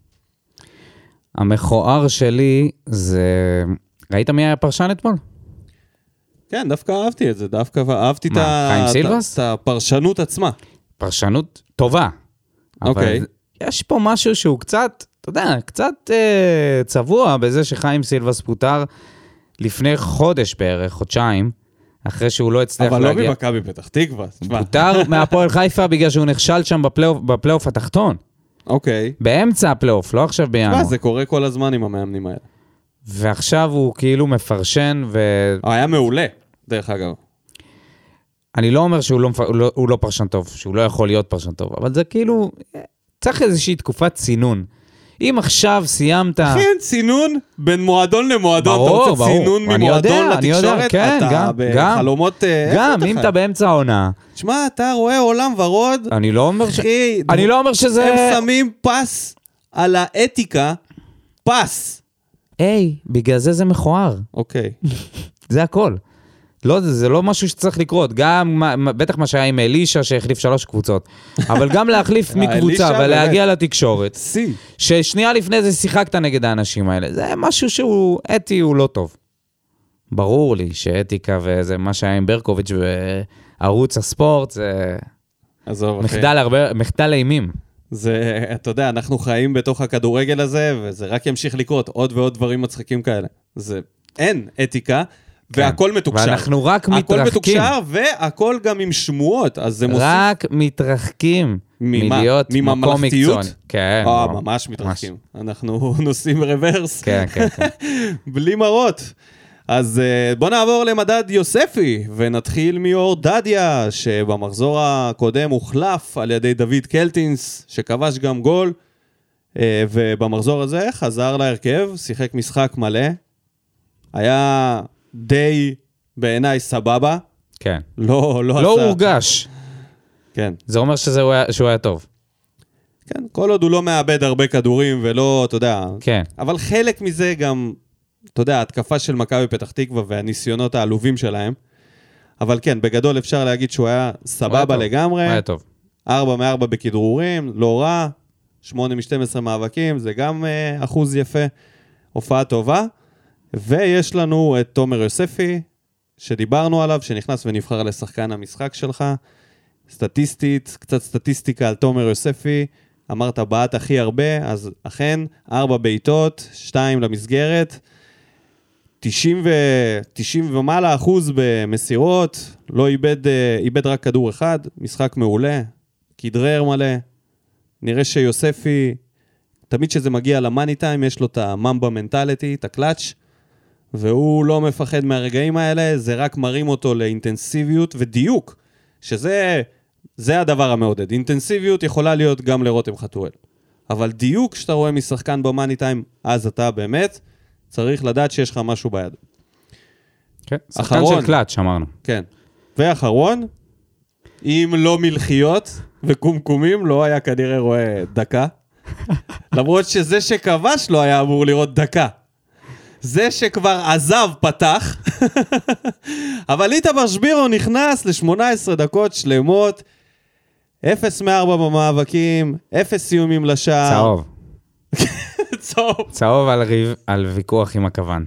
המכוער שלי זה... ראית מי היה פרשן אתמול? כן, דווקא אהבתי את זה, דווקא אהבתי את הפרשנות עצמה. פרשנות טובה. אוקיי. אבל יש פה משהו שהוא קצת, אתה יודע, קצת צבוע בזה שחיים סילבס פוטר לפני חודש בערך, חודשיים, אחרי שהוא לא הצליח להגיע. אבל לא ממכבי פתח תקווה. פוטר מהפועל חיפה בגלל שהוא נכשל שם בפלייאוף התחתון. אוקיי. באמצע הפלייאוף, לא עכשיו בינואר. זה קורה כל הזמן עם המאמנים האלה. ועכשיו הוא כאילו מפרשן היה מעולה, דרך אגב. אני לא אומר שהוא לא פרשן טוב, שהוא לא יכול להיות פרשן טוב, אבל זה כאילו, צריך איזושהי תקופת צינון. אם עכשיו סיימת... כן, צינון בין מועדון למועדון. ברור, אתה רוצה צינון ממועדון לתקשורת? כן, אתה בחלומות... גם, אם אתה באמצע העונה... תשמע, אתה רואה עולם ורוד. אני לא אומר שזה... הם שמים פס על האתיקה, פס. היי, בגלל זה מכוער. אוקיי. זה הכל. לא, זה לא משהו שצריך לקרות. גם, בטח מה שהיה עם אלישה שהחליף 3 קבוצות. אבל גם להחליף מקבוצה ולהגיע לתקשורת. ששנייה לפני זה שיחקת נגד האנשים האלה. זה משהו שהוא אתי, הוא לא טוב. ברור לי שאתיקה וזה מה שהיה עם ברקוביץ' וערוץ הספורט, זה מחדל אימים. זה, אתה יודע, אנחנו חיים בתוך הכדורגל הזה, וזה רק ימשיך לקרות עוד ועוד דברים מצחיקים כאלה. זה, אין אתיקה, והכל מתוקשר. ואנחנו רק מתרחקים. הכל מתוקשר, והכל גם עם שמועות, אז זה מוסיף. רק מתרחקים מלהיות מקום מקצועני. כן. ממש מתרחקים. אנחנו נוסעים רוורס. כן, כן, כן. בלי מרות. אז בוא נעבור למדד יוספי, ונתחיל מיור דדיה, שבמחזור הקודם הוחלף על ידי דוד קלטינס, שכבש גם גול, ובמחזור הזה חזר להרכב, שיחק משחק מלא, היה די בעיניי סבבה. כן. לא הורגש. כן. זה אומר שהוא היה טוב. כן, כל עוד הוא לא מאבד הרבה כדורים, ולא, אתה יודע. כן. אבל חלק מזה גם, אתה יודע, התקפה של מכבי פתח תקווה והניסיונות העלובים שלהם. אבל כן, בגדול אפשר להגיד שהוא היה סבבה לגמרי. היה טוב. 4 מ-4 בכדרורים, לא רע. 8 מ-12 מאבקים, זה גם אחוז יפה. הופעה טובה. ויש לנו את תומר יוספי, שדיברנו עליו, שנכנס ונבחר לשחקן המשחק שלך. סטטיסטית, קצת סטטיסטיקה על תומר יוספי. אמרת בעט הכי הרבה, אז אכן, 4 בעיטות, 2 למסגרת. 90 ומעלה אחוז במסירות, לא איבד רק כדור אחד, משחק מעולה, כדרר מלא. נראה שיוספי, תמיד שזה מגיע למאני טיים, יש לו את הממבה מנטליטי, את הקלאץ', והוא לא מפחד מהרגעים האלה, זה רק מרים אותו לאינטנסיביות ודיוק, שזה הדבר המעודד. אינטנסיביות יכולה להיות גם לרותם חתואל. אבל דיוק שאתה רואה משחקן במאני טיים, אז אתה באמת צריך לדעת שיש לך משהו ביד. כן, שחקן של קלאץ' אמרנו. כן. ואחרון, אם לא מלחיות וקומקומים, לא היה כנראה רואה דקה. למרות שזה שכבש לא היה אמור לראות דקה. זה שכבר עזב פתח. אבל איתמר שבירו נכנס ל-18 דקות שלמות, 0 מ-4 במאבקים, 0 סיומים לשער. צהוב. צהוב. צהוב על ויכוח עם הכוון.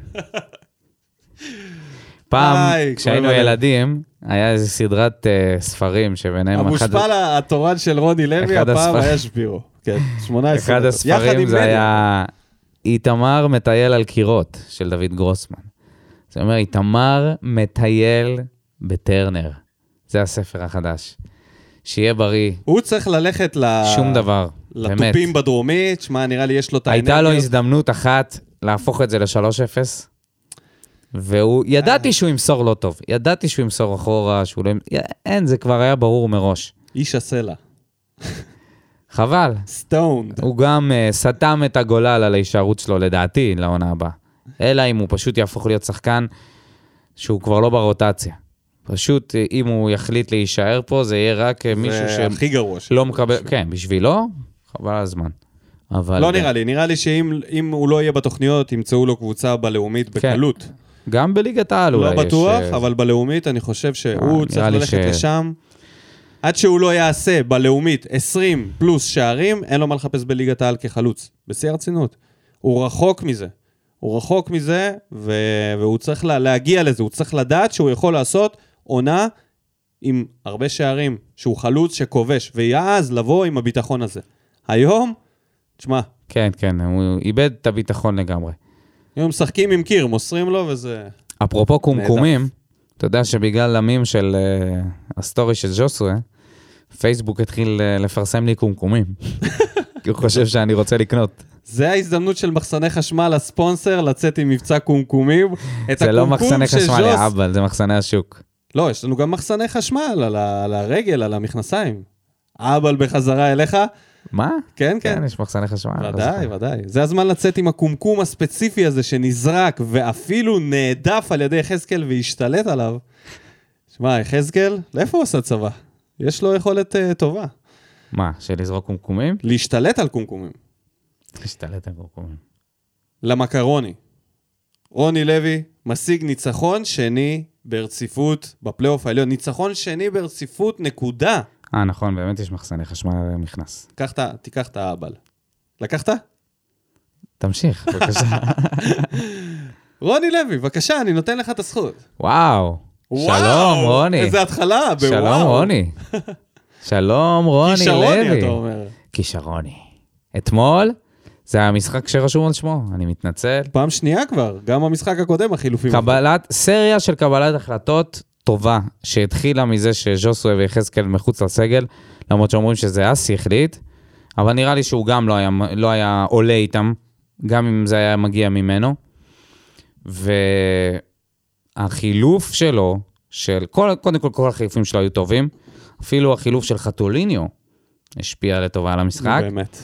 פעם, כשהיינו ילדים, היה איזו סדרת ספרים שביניהם... המושפל התורן של רוני לוי, הפעם היה שבירו. כן, 18. אחד הספרים זה היה איתמר מטייל על קירות, של דוד גרוסמן. זאת אומרת, איתמר מטייל בטרנר. זה הספר החדש. שיהיה בריא. הוא צריך ללכת שום דבר. לטופים בדרומית, שמה נראה לי יש לו את האנרגיה. הייתה לו הזדמנות אחת להפוך את זה ל-3-0, והוא, ידעתי שהוא ימסור לא טוב, ידעתי שהוא ימסור אחורה, שהוא לא... אין, זה כבר היה ברור מראש. איש הסלע. חבל. סטונד. הוא גם סתם את הגולל על ההישארות שלו, לדעתי, לעונה הבאה. אלא אם הוא פשוט יהפוך להיות שחקן שהוא כבר לא ברוטציה. פשוט, אם הוא יחליט להישאר פה, זה יהיה רק מישהו זה הכי גרוע. לא מקבל, כן, בשבילו, חבל הזמן. אבל... לא נראה לי שאם הוא לא יהיה בתוכניות, ימצאו לו קבוצה בלאומית בקלות. גם בליגת העל אולי. לא בטוח, אבל בלאומית אני חושב שהוא צריך ללכת לשם. עד שהוא לא יעשה בלאומית 20 פלוס שערים, אין לו מה לחפש בליגת העל כחלוץ. בשיא הרצינות. הוא רחוק מזה. הוא רחוק מזה, והוא צריך להגיע לזה. הוא צריך לדעת שהוא יכול לעשות עונה עם הרבה שערים, שהוא חלוץ שכובש, ויעז לבוא עם הביטחון הזה. היום, תשמע. כן, כן, הוא איבד את הביטחון לגמרי. היום משחקים עם קיר, מוסרים לו וזה... אפרופו קומקומים, אתה יודע שבגלל המים של הסטורי של ג'וסווה, פייסבוק התחיל לפרסם לי קומקומים. כי הוא חושב שאני רוצה לקנות. זה ההזדמנות של מחסני חשמל, הספונסר, לצאת עם מבצע קומקומים. זה לא מחסני חשמל, אבל זה מחסני השוק. לא, יש לנו גם מחסני חשמל על הרגל, על המכנסיים. אבל בחזרה אליך. מה? כן, כן. כן, יש מחסני חשמל. ודאי, ודאי. זה הזמן לצאת עם הקומקום הספציפי הזה שנזרק, ואפילו נעדף על ידי חזקל והשתלט עליו. שמע, חזקל, לאיפה הוא עושה צבא? יש לו יכולת טובה. מה, של לזרוק קומקומים? להשתלט על קומקומים. להשתלט על קומקומים. למקרוני. רוני לוי משיג ניצחון שני ברציפות בפלייאוף העליון. ניצחון שני ברציפות, נקודה. נכון, באמת יש מחסני חשמל מכנס. תיקח את האבל. לקחת? תמשיך, בבקשה. רוני לוי, בבקשה, אני נותן לך את הזכות. וואו. שלום, רוני. איזה התחלה, שלום, רוני. שלום, רוני לוי. כישרוני, אתה אומר. כישרוני. אתמול, זה המשחק שרשום על שמו, אני מתנצל. פעם שנייה כבר, גם המשחק הקודם החילופים. סריה של קבלת החלטות טובה, שהתחילה מזה שז'וסוי ויחזקאל מחוץ לסגל, למרות שאומרים שזה אסי החליט, אבל נראה לי שהוא גם לא היה עולה איתם, גם אם זה היה מגיע ממנו. והחילוף שלו, קודם כל החילופים שלו היו טובים, אפילו החילוף של חתוליניו השפיע לטובה על המשחק. באמת.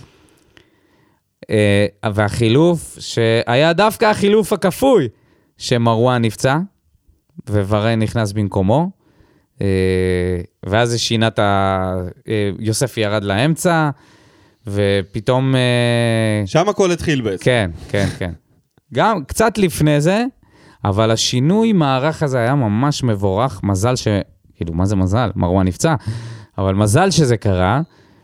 והחילוף שהיה דווקא החילוף הכפוי, שמרואן נפצע, וורן נכנס במקומו, ואז זה שינה יוסף ירד לאמצע, ופתאום... שם הכל התחיל בעצם. כן, כן, כן. גם קצת לפני זה, אבל השינוי מערך הזה היה ממש מבורך, מזל כאילו, מה זה מזל? מרואן נפצע, אבל מזל שזה קרה,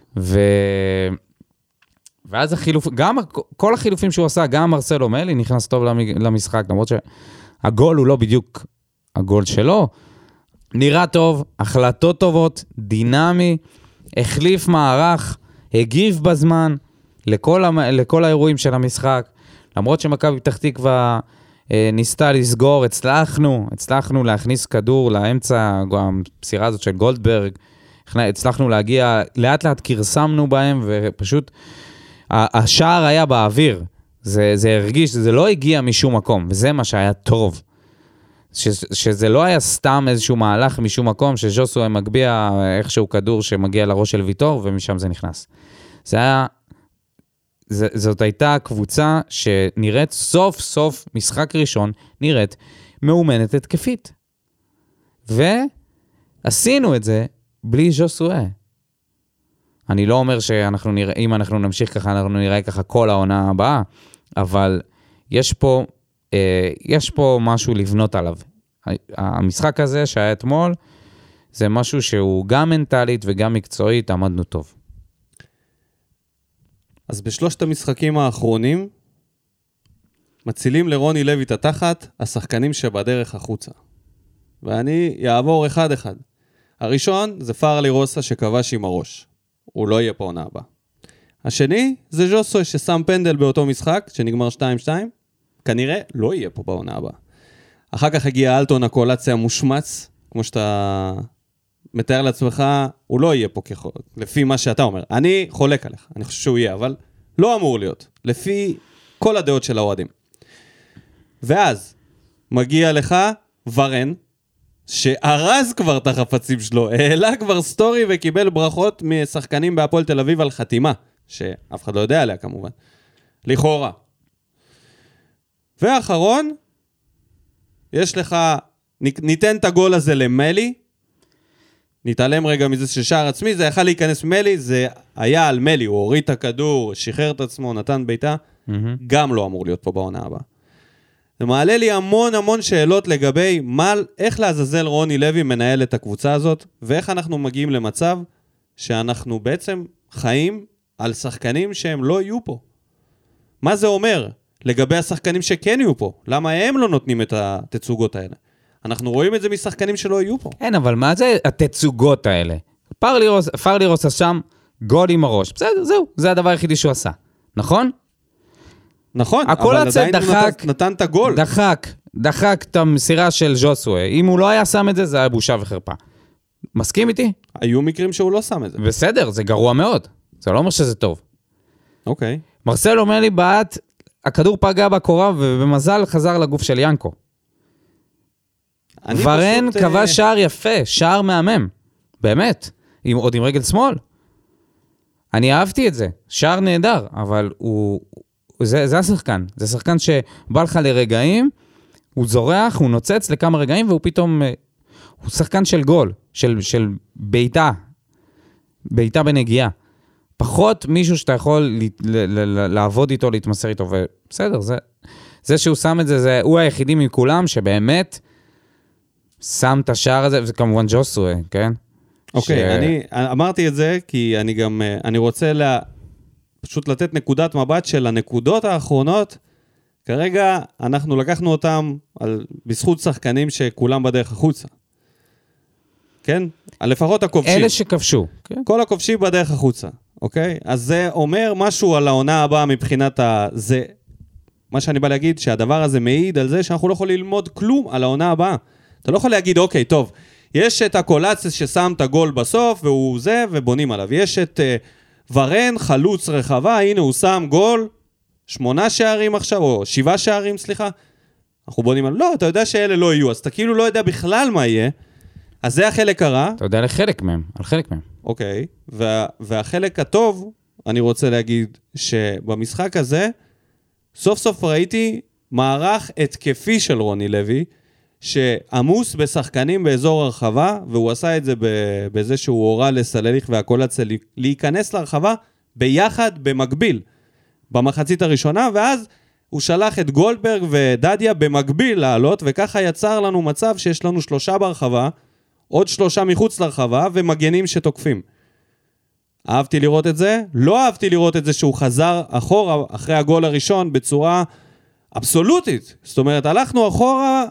ואז כל החילופים שהוא עשה, גם מרסלו מלי נכנס טוב למשחק, למרות שהגול הוא לא בדיוק הגול שלו, נראה טוב, החלטות טובות, דינמי, החליף מערך, הגיב בזמן לכל האירועים של המשחק, למרות שמכבי פתח תקווה ניסתה לסגור, הצלחנו להכניס כדור לאמצע, המסירה הזאת של גולדברג, הצלחנו להגיע, לאט לאט קרסמנו בהם, ופשוט השער היה באוויר, זה הרגיש, זה לא הגיע משום מקום, וזה מה שהיה טוב. שזה לא היה סתם איזשהו מהלך משום מקום, שז'וסוי מגביע איכשהו כדור שמגיע לראש של ויטור, ומשם זה נכנס. זאת הייתה קבוצה שנראית סוף סוף משחק ראשון, נראית מאומנת התקפית. ועשינו את זה בלי ז'וסוי. אני לא אומר שאם אנחנו נמשיך ככה, אנחנו נראה ככה כל העונה הבאה, אבל יש פה משהו לבנות עליו. המשחק הזה שהיה אתמול, זה משהו שהוא גם מנטלית וגם מקצועית, עמדנו טוב. אז בשלושת המשחקים האחרונים, מצילים לרוני לוי את התחת, השחקנים שבדרך החוצה. ואני יעבור אחד אחד. הראשון זה פארלי רוסה שכבש עם הראש. הוא לא יהיה פה עונה הבאה. השני זה ז'וסוי ששם פנדל באותו משחק, שנגמר 2-2, כנראה לא יהיה פה בעונה הבאה. אחר כך הגיע אלטון, הקואלציה מושמץ, כמו שאתה מתאר לעצמך, הוא לא יהיה פה לפי מה שאתה אומר. אני חולק עליך, אני חושב שהוא יהיה, אבל לא אמור להיות, לפי כל הדעות של האוהדים. ואז מגיע לך ורן, שארז כבר את החפצים שלו, העלה כבר סטורי וקיבל ברכות משחקנים בהפועל תל אביב על חתימה, שאף אחד לא יודע עליה כמובן. לכאורה. ואחרון, יש לך, ניתן את הגול הזה למלי, נתעלם רגע מזה ששער עצמי, זה יכל להיכנס מלי, זה היה על מלי, הוא הוריד את הכדור, שחרר את עצמו, נתן ביתה, גם לא אמור להיות פה בעונה הבאה. זה מעלה לי המון שאלות לגבי איך לעזאזל רוני לוי מנהל את הקבוצה הזאת, ואיך אנחנו מגיעים למצב שאנחנו בעצם חיים על שחקנים שהם לא יהיו פה. מה זה אומר לגבי השחקנים שכן יהיו פה? למה הם לא נותנים את התצוגות האלה? אנחנו רואים את זה משחקנים שלא יהיו פה. אין, אבל מה זה התצוגות האלה? פארלי רוסה שם, גול עם הראש. בסדר, זהו, זה הדבר היחידי שהוא עשה. נכון? נכון, אבל עדיין הוא נתן את הגול. דחק את המסירה של ז'וסוי. אם הוא לא היה שם את זה, זה היה בושה וחרפה. מסכים איתי? היו מקרים שהוא לא שם את זה. בסדר, זה גרוע מאוד. זה לא אומר שזה טוב. אוקיי. מרסל אומר לי, הכדור פגע בקורה, ובמזל חזר לגוף של ינקו. ורן קבע שער יפה, שער מהמם. באמת. עוד עם רגל שמאל. אני אהבתי את זה. שער נהדר, אבל זה השחקן. זה שחקן שבא לך לרגעים, הוא זורח, הוא נוצץ לכמה רגעים, והוא פתאום, הוא שחקן של גול, של ביתה. ביתה בנגיעה. פחות מישהו שאתה יכול לעבוד איתו, להתמסר איתו, ובסדר, זה שהוא שם את זה, הוא היחידי מכולם שבאמת שם את השער הזה, וזה כמובן ז'וסוי, כן? אוקיי, אני אמרתי את זה, כי אני רוצה פשוט לתת נקודת מבט של הנקודות האחרונות, כרגע אנחנו לקחנו אותם בזכות שחקנים שכולם בדרך החוצה. כן? לפחות הכובשים. אלה שכבשו. כל הכובשים בדרך החוצה. אוקיי? אז זה אומר משהו על העונה הבאה מבחינת זה... מה שאני בא להגיד, שהדבר הזה מעיד על זה שאנחנו לא יכולים ללמוד כלום על העונה הבאה. אתה לא יכול להגיד, אוקיי, טוב, יש את הקולציה ששם את הגול בסוף, והוא זה, ובונים עליו. יש את ורן, חלוץ רחבה, הנה הוא שם גול, 8 שערים עכשיו, או 7 שערים, סליחה. אנחנו בונים עליו. לא, אתה יודע שאלה לא יהיו, אז אתה כאילו לא יודע בכלל מה יהיה. אז זה החלק הרע. אתה יודע לחלק מהם, על חלק מהם. אוקיי, והחלק הטוב, אני רוצה להגיד שבמשחק הזה, סוף סוף ראיתי מערך התקפי של רוני לוי, שעמוס בשחקנים באזור הרחבה, והוא עשה את זה בזה שהוא הורה לסלליך והקולציה להיכנס לרחבה ביחד במקביל, במחצית הראשונה, ואז הוא שלח את גולדברג ודדיה במקביל לעלות, וככה יצר לנו מצב שיש לנו 3 ברחבה, עוד 3 מחוץ לרחבה, ומגנים שתוקפים. אהבתי לראות את זה, לא אהבתי לראות את זה שהוא חזר אחורה, אחרי הגול הראשון, בצורה אבסולוטית. זאת אומרת, הלכנו אחורה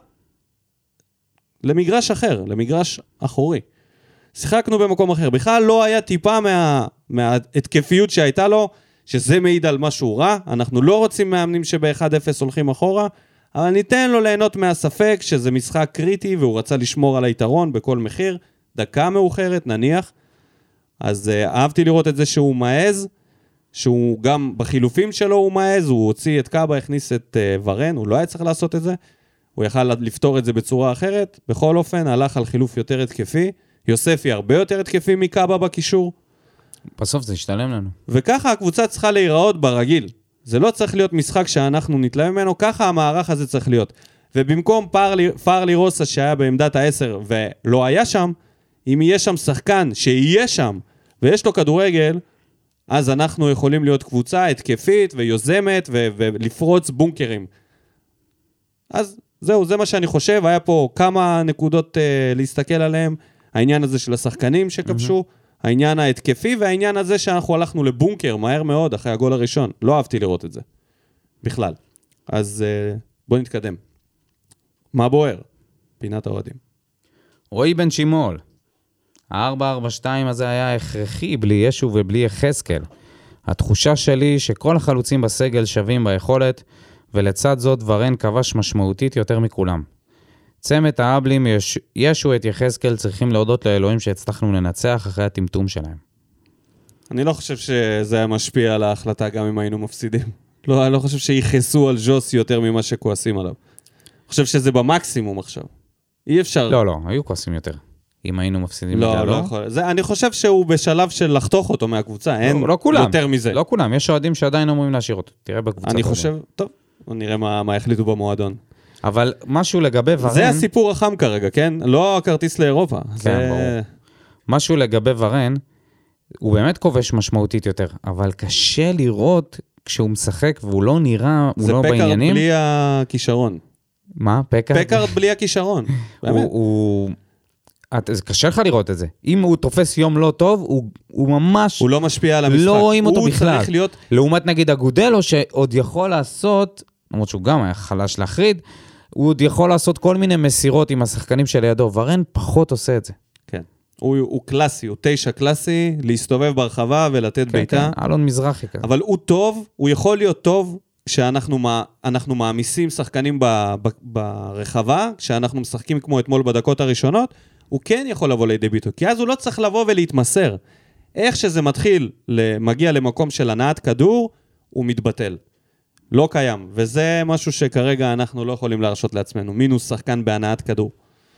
למגרש אחר, למגרש אחורי. שיחקנו במקום אחר. בכלל לא היה טיפה מההתקפיות שהייתה לו, שזה מעיד על משהו רע. אנחנו לא רוצים מאמנים שב-1-0 הולכים אחורה, אבל ניתן לו ליהנות מהספק שזה משחק קריטי, והוא רצה לשמור על היתרון בכל מחיר. דקה מאוחרת, נניח. אז אהבתי לראות את זה שהוא מעז, שהוא גם בחילופים שלו הוא מעז, הוא הוציא את קאבה, הכניס את ורן, הוא לא היה צריך לעשות את זה, הוא יכל לפתור את זה בצורה אחרת, בכל אופן הלך על חילוף יותר התקפי, יוספי הרבה יותר התקפי מקאבה בקישור. בסוף זה ישתלם לנו. וככה הקבוצה צריכה להיראות ברגיל, זה לא צריך להיות משחק שאנחנו נתלהם ממנו, ככה המערך הזה צריך להיות. ובמקום פארלי רוסה שהיה בעמדת ה-10 ולא היה שם, אם יהיה שם שחקן שיהיה שם, ויש לו כדורגל, אז אנחנו יכולים להיות קבוצה התקפית ויוזמת ולפרוץ בונקרים. אז זהו, זה מה שאני חושב. היה פה כמה נקודות להסתכל עליהם. העניין הזה של השחקנים שכבשו, העניין ההתקפי, והעניין הזה שאנחנו הלכנו לבונקר מהר מאוד אחרי הגול הראשון. לא אהבתי לראות את זה. בכלל. אז בוא נתקדם. מה בוער? פינת האוהדים. רועי בן שימול. ה-4-4-2 הזה היה הכרחי בלי ישו ובלי יחזקאל. התחושה שלי שכל החלוצים בסגל שווים ביכולת, ולצד זאת ורן כבש משמעותית יותר מכולם. צמת האבלים ישו את יחזקאל צריכים להודות לאלוהים שהצלחנו לנצח אחרי הטמטום שלהם. אני לא חושב שזה היה משפיע על ההחלטה גם אם היינו מפסידים. לא, אני לא חושב שיחסו על ג'וס יותר ממה שכועסים עליו. אני חושב שזה במקסימום עכשיו. אי אפשר... לא, היו כועסים יותר. אם היינו מפסידים יותר, לא? אני חושב שהוא בשלב של לחתוך אותו מהקבוצה, אין יותר מזה. לא כולם, יש אוהדים שעדיין אמורים להשאיר אותו. תראה בקבוצה. אני חושב, טוב, נראה מה החליטו במועדון. אבל משהו לגבי ורן... זה הסיפור החם כרגע, כן? לא הכרטיס לאירופה. כן, ברור. משהו לגבי ורן, הוא באמת כובש משמעותית יותר, אבל קשה לראות כשהוא משחק והוא לא נראה, הוא לא בעניינים. זה פקארד בלי הכישרון. מה? פקארד בלי הכישרון. באמת. זה קשה לך לראות את זה. אם הוא תופס יום לא טוב, הוא ממש... הוא לא משפיע על המשחק. לא רואים אותו בכלל. הוא צריך להיות... לעומת נגיד אגודלו, שעוד יכול לעשות, למרות שהוא גם היה חלש להחריד, הוא עוד יכול לעשות כל מיני מסירות עם השחקנים שלידו. ורן פחות עושה את זה. כן. הוא קלאסי, הוא 9 קלאסי, להסתובב ברחבה ולתת ביתה. כן, אלון מזרחי כזה. אבל הוא טוב, הוא יכול להיות טוב כשאנחנו מעמיסים שחקנים ברחבה, כשאנחנו משחקים כמו אתמול בדקות הראשונות, הוא כן יכול לבוא לידי ביטוי, כי אז הוא לא צריך לבוא ולהתמסר. איך שזה מגיע למקום של הנעת כדור, הוא מתבטל. לא קיים, וזה משהו שכרגע אנחנו לא יכולים להרשות לעצמנו, מינוס שחקן בהנעת כדור.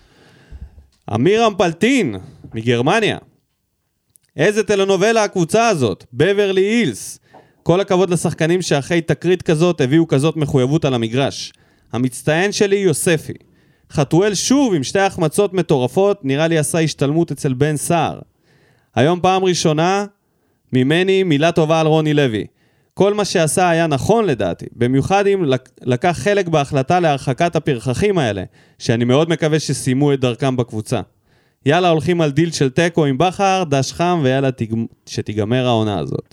אמירם פלטין, מגרמניה. איזה טלנובלה הקבוצה הזאת, בברלי הילס. כל הכבוד לשחקנים שאחרי תקרית כזאת הביאו כזאת מחויבות על המגרש. המצטיין שלי יוספי. חתואל שוב עם 2 החמצות מטורפות, נראה לי עשה השתלמות אצל בן סער. היום פעם ראשונה, ממני מילה טובה על רוני לוי. כל מה שעשה היה נכון לדעתי, במיוחד אם לקח חלק בהחלטה להרחקת הפרחחים האלה, שאני מאוד מקווה שסיימו את דרכם בקבוצה. יאללה, הולכים על דיל של טקו עם בחר, דש חם, ויאללה שתיגמר העונה הזאת.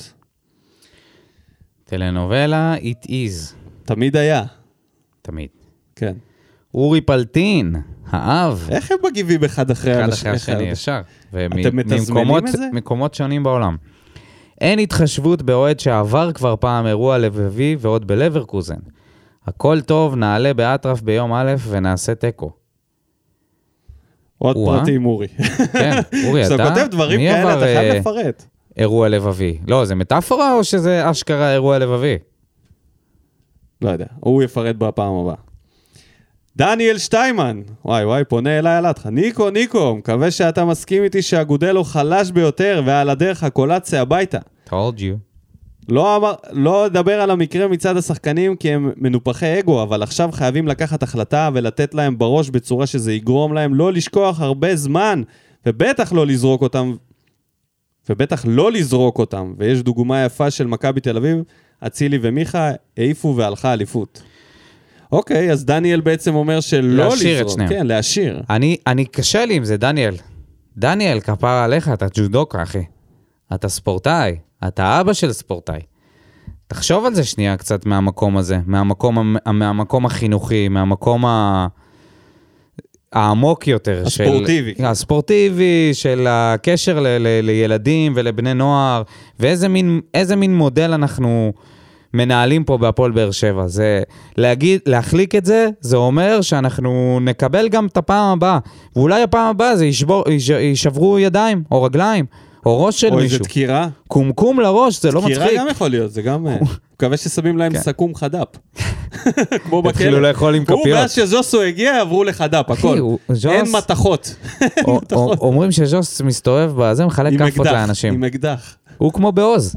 טלנובלה, it is. תמיד היה. תמיד. כן. אורי פלטין, האב. איך הם מגיבים אחד אחרי השני, ישר. אתם מתזמנים את זה? מקומות שונים בעולם. אין התחשבות באוהד שעבר כבר פעם אירוע לבבי ועוד בלברקוזן. הכל טוב, נעלה באטרף ביום א' ונעשה טקו. עוד פרטים, אורי. כן, אורי, אתה... כשאתה כותב דברים כאלה, אתה חייב לפרט. אירוע לבבי. לא, זה מטאפורה או שזה אשכרה אירוע לבבי? לא יודע, הוא יפרט בפעם הבאה. דניאל שטיימן, וואי, פונה אליי עלתך. ניקו, מקווה שאתה מסכים איתי שהגודלו חלש ביותר, ועל הדרך הקולציה הביתה. told you. לא אדבר על המקרה מצד השחקנים, כי הם מנופחי אגו, אבל עכשיו חייבים לקחת החלטה ולתת להם בראש בצורה שזה יגרום להם לא לשכוח הרבה זמן, ובטח לא לזרוק אותם. ויש דוגמה יפה של מכבי תל אביב, אצילי ומיכה העיפו והלכה אליפות. אוקיי, אז דניאל בעצם אומר שלא להשאיר את לזרוק. שניהם. כן, להשאיר. אני קשה לי עם זה, דניאל. דניאל, כפרה עליך, אתה ג'ודוקה, אחי. אתה ספורטאי, אתה אבא של ספורטאי. תחשוב על זה שנייה קצת מהמקום הזה, מהמקום החינוכי, מהמקום העמוק יותר. הספורטיבי. הספורטיבי, של הקשר לילדים ולבני נוער, ואיזה מין מודל אנחנו מנהלים פה בהפועל באר שבע. זה להחליק את זה, זה אומר שאנחנו נקבל גם את הפעם הבאה, ואולי הפעם הבאה זה יישברו ידיים או רגליים, או ראש של מישהו. או איזה תקירה. קומקום לראש, זה לא מצחיק. תקירה גם יכול להיות, זה גם... מקווה ששמים להם סכום חד"פ. כמו בכלא. התחילו לאכול עם כפיות. הוא מאז שז'וסו הגיע, עברו לחד"פ, הכל. אין מתחות. אומרים שז'וס מסתובב בזה, מחלק כפות לאנשים. עם אקדח. הוא כמו בעוז.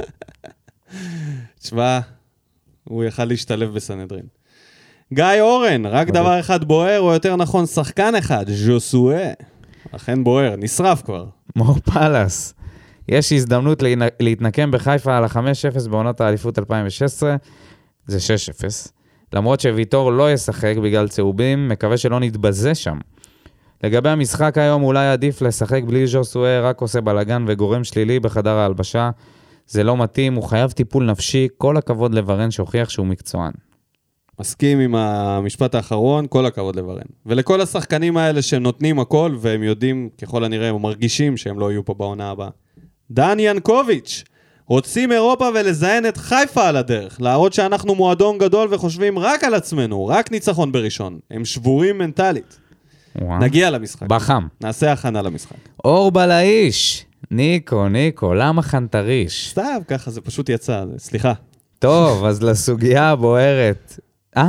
תשמע, הוא יכל להשתלב בסנהדרין. גיא אורן, רק דבר אחד בוער, או יותר נכון, שחקן אחד, ז'וסואה. אכן בוער, נשרף כבר. מו פלס. יש הזדמנות להתנקם בחיפה על ה-5-0 בעונות האליפות 2016, זה 6-0. למרות שוויטור לא ישחק בגלל צהובים, מקווה שלא נתבזה שם. לגבי המשחק היום, אולי עדיף לשחק בלי ז'וסואה, רק עושה בלגן וגורם שלילי בחדר ההלבשה. זה לא מתאים, הוא חייב טיפול נפשי, כל הכבוד לברן שהוכיח שהוא מקצוען. מסכים עם המשפט האחרון, כל הכבוד לברן. ולכל השחקנים האלה שנותנים הכל, והם יודעים, ככל הנראה, הם מרגישים שהם לא יהיו פה בעונה הבאה. דן ינקוביץ', רוצים אירופה ולזיין את חיפה על הדרך, להראות שאנחנו מועדון גדול וחושבים רק על עצמנו, רק ניצחון בראשון. הם שבורים מנטלית. נגיע למשחק. בחם. נעשה הכנה למשחק. אור בלאיש. ניקו, למה חנטריש? סתם, ככה זה פשוט יצא, סליחה. טוב, אז לסוגיה הבוערת.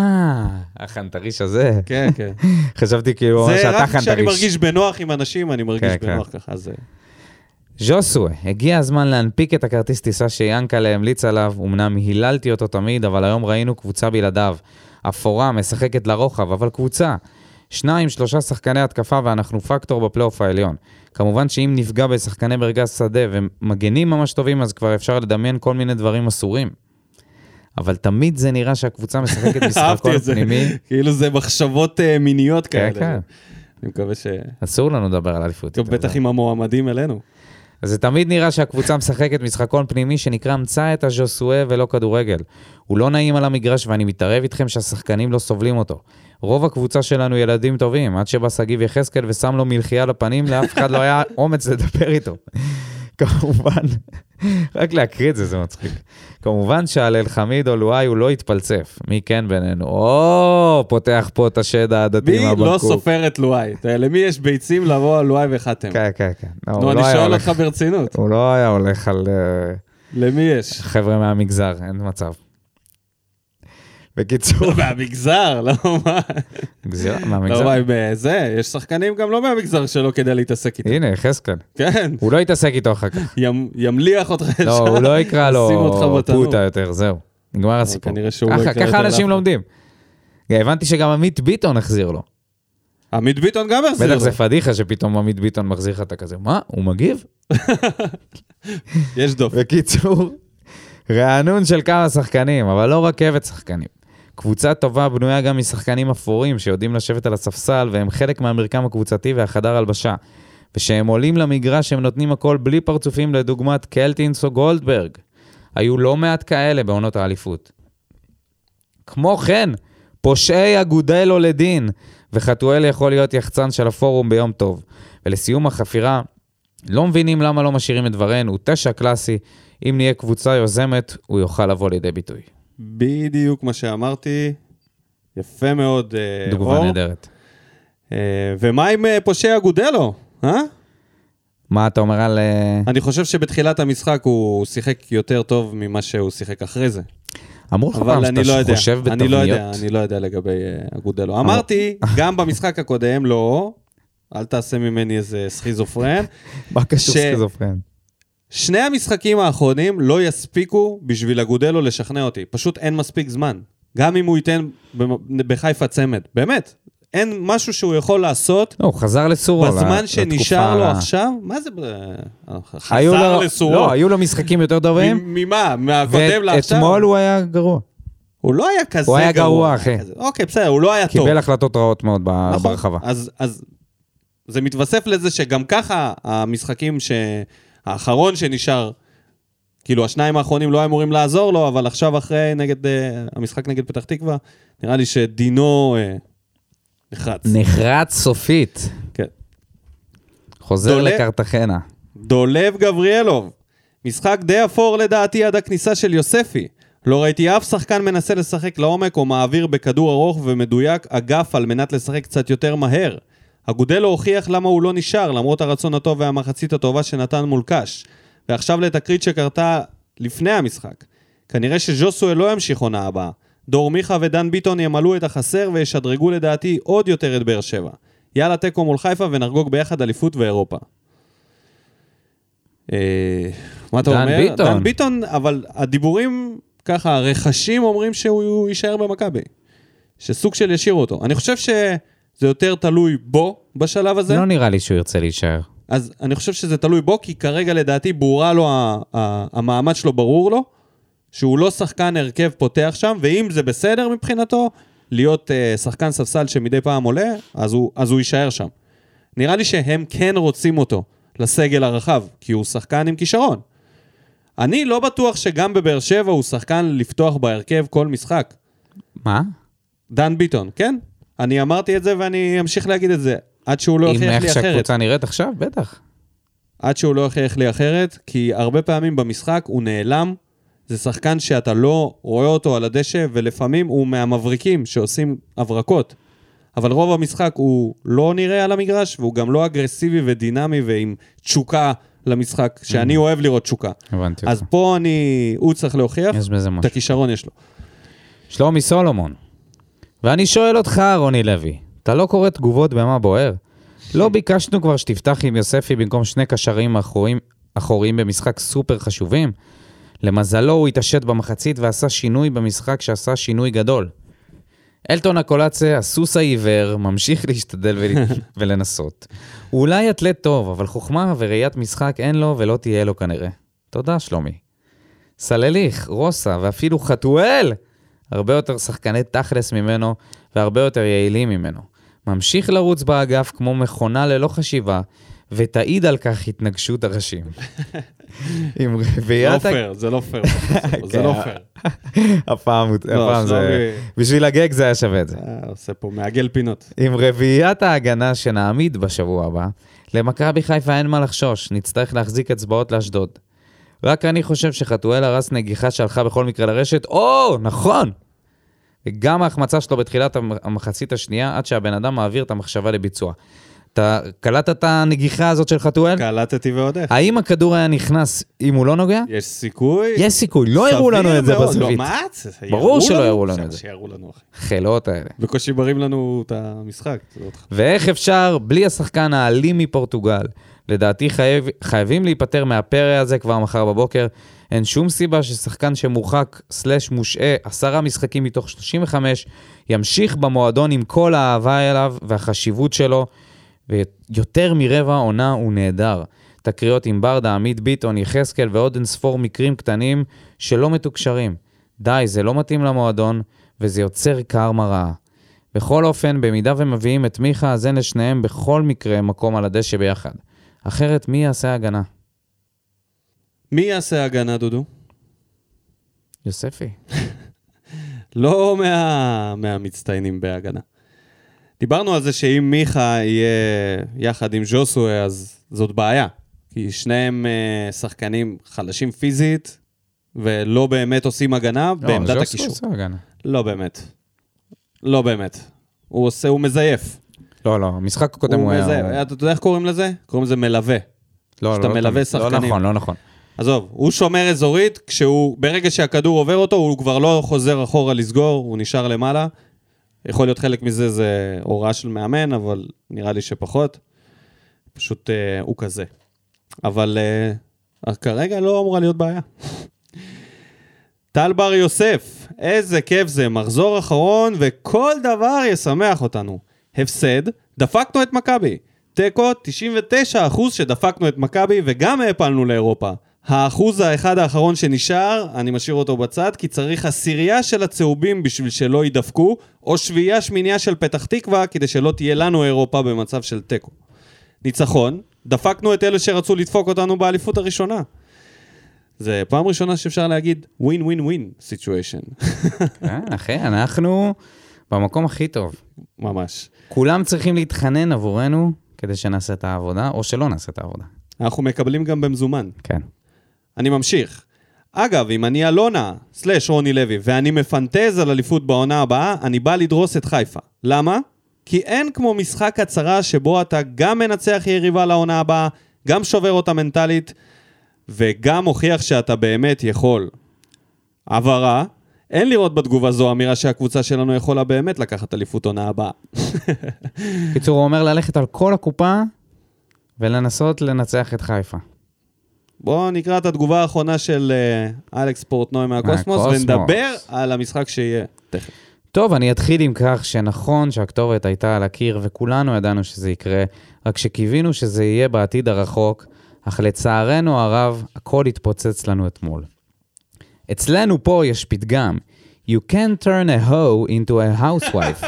החנטריש הזה. כן. חשבתי כאילו שאתה חנטריש. זה רק כשאני מרגיש בנוח עם אנשים, אני מרגיש בנוח ככה, אז... ז'וסואה, הגיע הזמן להנפיק את הכרטיס טיסה שיאנקלה המליץ עליו, אמנם היללתי אותו תמיד, אבל היום ראינו קבוצה בלעדיו. אפורה משחקת לרוחב, אבל קבוצה. 2-3 שחקני התקפה ואנחנו פקטור בפלייאוף העליון. כמובן שאם נפגע בשחקני מרכז שדה ומגנים ממש טובים, אז כבר אפשר לדמיין כל מיני דברים אסורים. אבל תמיד זה נראה שהקבוצה משחקת משחקון פנימי. כאילו זה מחשבות מיניות כאלה. כן. אני מקווה אסור לנו לדבר על אליפות. בטח עם המועמדים אלינו. אז זה תמיד נראה שהקבוצה משחקת משחקון פנימי שנקרא מצא את הז'וסואה ולא כדורגל. הוא לא נעים על המגרש ואני מתערב איתכם שהשחקנים לא סובלים אותו. רוב הקבוצה שלנו ילדים טובים, עד שבא סגיב יחזקאל ושם לו מלחייה לפנים, לאף אחד לא היה אומץ לדבר איתו. כמובן, רק להקריא את זה, זה מצחיק. כמובן שעל אלחמיד או לואי הוא לא יתפלצף. מי כן בינינו? פותח פה את השד העדתי מהבקוק. מי לא סופר את לואי? למי יש ביצים לבוא על לואי וחתם? כן. נו, אני שואל אותך ברצינות. הוא לא היה הולך על... למי יש? חבר'ה מהמגזר, אין מצב. בקיצור. מהמגזר, לא מה? מהמגזר. לא, זה, יש שחקנים גם לא מהמגזר שלו כדי להתעסק איתו. הנה, חזקאל. כן. הוא לא יתעסק איתו אחר כך. ימליח אותך ישר. לא, הוא לא יקרא לו פוטה יותר, זהו. נגמר הסיפור. ככה אנשים לומדים. הבנתי שגם עמית ביטון החזיר לו. עמית ביטון גם החזיר לו. בטח זה פדיחה שפתאום עמית ביטון מחזיר לך את כזה. מה? הוא מגיב? יש דוף. בקיצור, רענון של כמה שחקנים, אבל לא רכבת שחקנים. קבוצה טובה בנויה גם משחקנים אפורים שיודעים לשבת על הספסל והם חלק מהמרקם הקבוצתי והחדר הלבשה. ושהם עולים למגרש הם נותנים הכל בלי פרצופים לדוגמת קלטינס או גולדברג. היו לא מעט כאלה בעונות האליפות. כמו כן, פושעי אגודלו לדין, וחתואל יכול להיות יחצן של הפורום ביום טוב. ולסיום החפירה, לא מבינים למה לא משאירים את ורן, הוא 9 קלאסי, אם נהיה קבוצה יוזמת, הוא יוכל לבוא לידי ביטוי. בדיוק מה שאמרתי, יפה מאוד, דוגמה אור. נהדרת. ומה עם פושע גודלו? מה אתה אומר על... אני חושב שבתחילת המשחק הוא שיחק יותר טוב ממה שהוא שיחק אחרי זה. אמרו לך פעם שאתה חושב בתבניות? אני לא יודע לגבי אגודלו. אמרתי, גם במשחק הקודם, לא, אל תעשה ממני איזה סכיזופרן. מה קשור סכיזופרן? שני המשחקים האחרונים לא יספיקו בשביל אגודלו לשכנע אותי. פשוט אין מספיק זמן. גם אם הוא ייתן בחיפה צמד. באמת. אין משהו שהוא יכול לעשות. לא, הוא חזר לסורו. בזמן שנשאר לו עכשיו. מה זה? חזר לסורו. לא, היו לו משחקים יותר טובים. ממה? מהקודם לעכשיו? ואתמול הוא היה גרוע. הוא לא היה כזה גרוע. הוא היה גרוע, אחי. אוקיי, בסדר, הוא לא היה טוב. קיבל החלטות רעות מאוד ברחבה. אז זה מתווסף לזה שגם ככה המשחקים האחרון שנשאר, כאילו השניים האחרונים לא אמורים לעזור לו, אבל עכשיו אחרי המשחק נגד פתח תקווה, נראה לי שדינו נחרץ. נחרץ סופית. כן. חוזר לקרטחנה. דולב גבריאלוב. משחק די אפור לדעתי עד הכניסה של יוספי. לא ראיתי אף שחקן מנסה לשחק לעומק או מעביר בכדור ארוך ומדויק אגף על מנת לשחק קצת יותר מהר. אגודלו הוכיח למה הוא לא נשאר, למרות הרצון הטוב והמחצית הטובה שנתן מול קש. ועכשיו לתקרית שקרתה לפני המשחק. כנראה שז'וסואל לא ימשיך עונה הבאה. דור מיכה ודן ביטון ימלאו את החסר וישדרגו לדעתי עוד יותר את באר שבע. יאללה תיקו מול חיפה ונחגוג ביחד אליפות ואירופה. מה אתה אומר? דן ביטון, אבל הדיבורים ככה, הרכשים אומרים שהוא יישאר במכבי. שסוג של ישאירו אותו. אני חושב שזה יותר תלוי בו בשלב הזה. לא נראה לי שהוא ירצה להישאר. אז אני חושב שזה תלוי בו, כי כרגע לדעתי ברורה לו, המעמד שלו ברור לו, שהוא לא שחקן הרכב פותח שם, ואם זה בסדר מבחינתו, להיות שחקן ספסל שמדי פעם עולה, אז הוא יישאר שם. נראה לי שהם כן רוצים אותו לסגל הרחב, כי הוא שחקן עם כישרון. אני לא בטוח שגם בבאר שבע הוא שחקן לפתוח בהרכב כל משחק. מה? דן ביטון, כן? אני אמרתי את זה ואני אמשיך להגיד את זה, עד שהוא לא יוכיח לי אחרת. אם איך שהקבוצה נראית עכשיו, בטח. עד שהוא לא יוכיח לי אחרת, כי הרבה פעמים במשחק הוא נעלם, זה שחקן שאתה לא רואה אותו על הדשא, ולפעמים הוא מהמבריקים שעושים הברקות. אבל רוב המשחק הוא לא נראה על המגרש, והוא גם לא אגרסיבי ודינמי, ועם תשוקה למשחק, שאני אוהב לראות תשוקה. הבנתי אז פה הוא צריך להוכיח, את הכישרון יש לו. שלומי סולומון. ואני שואל אותך, רוני לוי, אתה לא קורא תגובות במה בוער? לא ביקשנו כבר שתפתח עם יוספי במקום שני קשרים אחוריים במשחק סופר חשובים? למזלו הוא התעשת במחצית ועשה שינוי במשחק שעשה שינוי גדול. אלטון הקולציה, הסוס העיוור, ממשיך להשתדל ולנסות. הוא אולי אתלט טוב, אבל חוכמה וראיית משחק אין לו ולא תהיה לו כנראה. תודה שלומי. סלליך, רוסה ואפילו חתואל, הרבה יותר שחקני תכלס ממנו והרבה יותר יעילים ממנו. ממשיך לרוץ באגף כמו מכונה ללא חשיבה, ותעיד על כך התנגשות הראשים. לא פייר, זה לא פייר. זה לא פייר. הפעם זה... בשביל הגג זה היה שווה את זה. עושה פה מעגל פינות. עם רביעיית ההגנה שנעמיד בשבוע הבא, למכבי חיפה אין מה לחשוש, נצטרך להחזיק אצבעות לאשדוד. רק אני חושב שחתואל הרס נגיחה שהלכה בכל מקרה לרשת, נכון! וגם ההחמצה שלו בתחילת המחצית השנייה, עד שהבן אדם מעביר את המחשבה לביצוע. אתה קלטת את הנגיחה הזאת של חתואל? קלטתי ועוד איך. האם הכדור היה נכנס אם הוא לא נוגע? יש סיכוי. יש סיכוי, לא הראו לנו את זה בזווית. לא, מה? ברור שלא הראו לנו את זה. שיראו לנו, אחי. חילות האלה. בקושי מראים לנו את המשחק. ואיך אפשר, בלי השחקן האלים מפורטוגל, לדעתי חייבים להיפטר מהפרע הזה כבר מחר בבוקר. אין שום סיבה ששחקן שמורחק /מושעה 10 משחקים מתוך 35 ימשיך במועדון עם כל האהבה אליו והחשיבות שלו, ויותר מרבע עונה הוא נהדר. תקריות עם ברדה, עמית ביטון, יחזקאל ועוד אין ספור מקרים קטנים שלא מתוקשרים. די, זה לא מתאים למועדון וזה יוצר קרמה רעה. בכל אופן, במידה ומביאים את מיכה, אז אין לשניהם בכל מקרה מקום על הדשא ביחד. אחרת מי יעשה הגנה? מי יעשה הגנה, דודו? יוספי. לא מהמצטיינים בהגנה. דיברנו על זה שאם מיכה יהיה יחד עם ז'וסואל, אז זאת בעיה. כי שניהם שחקנים חלשים פיזית, ולא באמת עושים הגנה בעמדת הקישור. עושה הגנה. לא באמת. לא באמת. הוא מזייף. לא, המשחק הקודם הוא היה... אתה יודע איך קוראים לזה? קוראים לזה מלווה. שאתה מלווה שחקנים. לא נכון. עזוב, הוא שומר אזורית, ברגע שהכדור עובר אותו, הוא כבר לא חוזר אחורה לסגור, הוא נשאר למעלה. יכול להיות חלק מזה, זה הוראה של מאמן, אבל נראה לי שפחות. פשוט הוא כזה. אבל כרגע לא אמורה להיות בעיה. טל בר יוסף, איזה כיף זה, מחזור אחרון, וכל דבר ישמח אותנו. הפסד, דפקנו את מכבי. תיקו, 99% שדפקנו את מכבי, וגם הפלנו לאירופה. האחוז האחד האחרון שנשאר, אני משאיר אותו בצד, כי צריך עשירייה של הצהובים בשביל שלא ידפקו, או שביעייה שמיניה של פתח תקווה, כדי שלא תהיה לנו אירופה במצב של תיקו. ניצחון, דפקנו את אלה שרצו לדפוק אותנו באליפות הראשונה. זה פעם ראשונה שאפשר להגיד win-win-win situation. אחי, אנחנו במקום הכי טוב. ממש. כולם צריכים להתחנן עבורנו כדי שנעשה את העבודה, או שלא נעשה את העבודה. אנחנו מקבלים גם במזומן. כן. אני ממשיך. אגב, אם אני אלונה, /רוני לוי, ואני מפנטז על אליפות בעונה הבאה, אני בא לדרוס את חיפה. למה? כי אין כמו משחק הצרה שבו אתה גם מנצח יריבה לעונה הבאה, גם שובר אותה מנטלית, וגם הוכיח שאתה באמת יכול. עברה, אין לראות בתגובה זו אמירה שהקבוצה שלנו יכולה באמת לקחת אליפות עונה הבאה. קיצור, הוא אומר ללכת על כל הקופה, ולנסות לנצח את חיפה. בואו נקרא את התגובה האחרונה של אלכס פורטנוי מהקוסמוס, ונדבר על המשחק שיהיה תכף. טוב, אני אתחיל עם כך שנכון שהכתובת הייתה על הקיר, וכולנו ידענו שזה יקרה, רק שקיווינו שזה יהיה בעתיד הרחוק, אך לצערנו הרב, הכל התפוצץ לנו אתמול. אצלנו פה יש פתגם, You can't turn a hoe into a housewife.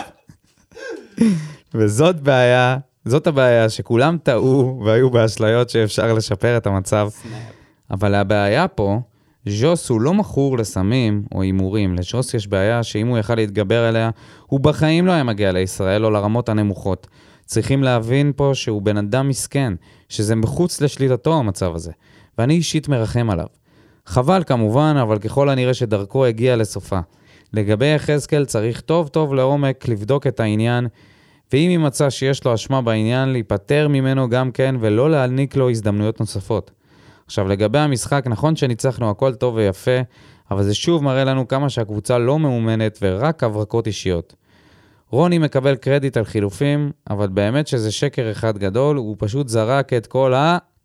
וזאת בעיה, זאת הבעיה שכולם טעו והיו באשליות שאפשר לשפר את המצב. אבל הבעיה פה, ז'וס הוא לא מכור לסמים או אימורים. לז'וס יש בעיה שאם הוא יכל להתגבר עליה, הוא בחיים לא היה מגיע לישראל או לרמות הנמוכות. צריכים להבין פה שהוא בן אדם מסכן, שזה מחוץ לשליטתו המצב הזה. ואני אישית מרחם עליו. חבל כמובן, אבל ככל הנראה שדרכו הגיע לסופה. לגבי יחזקאל צריך טוב טוב לעומק לבדוק את העניין, ואם יימצא שיש לו אשמה בעניין, להיפטר ממנו גם כן, ולא להעניק לו הזדמנויות נוספות. עכשיו, לגבי המשחק, נכון שניצחנו הכל טוב ויפה, אבל זה שוב מראה לנו כמה שהקבוצה לא מאומנת ורק הברקות אישיות. רוני מקבל קרדיט על חילופים, אבל באמת שזה שקר אחד גדול, הוא פשוט זרק את כל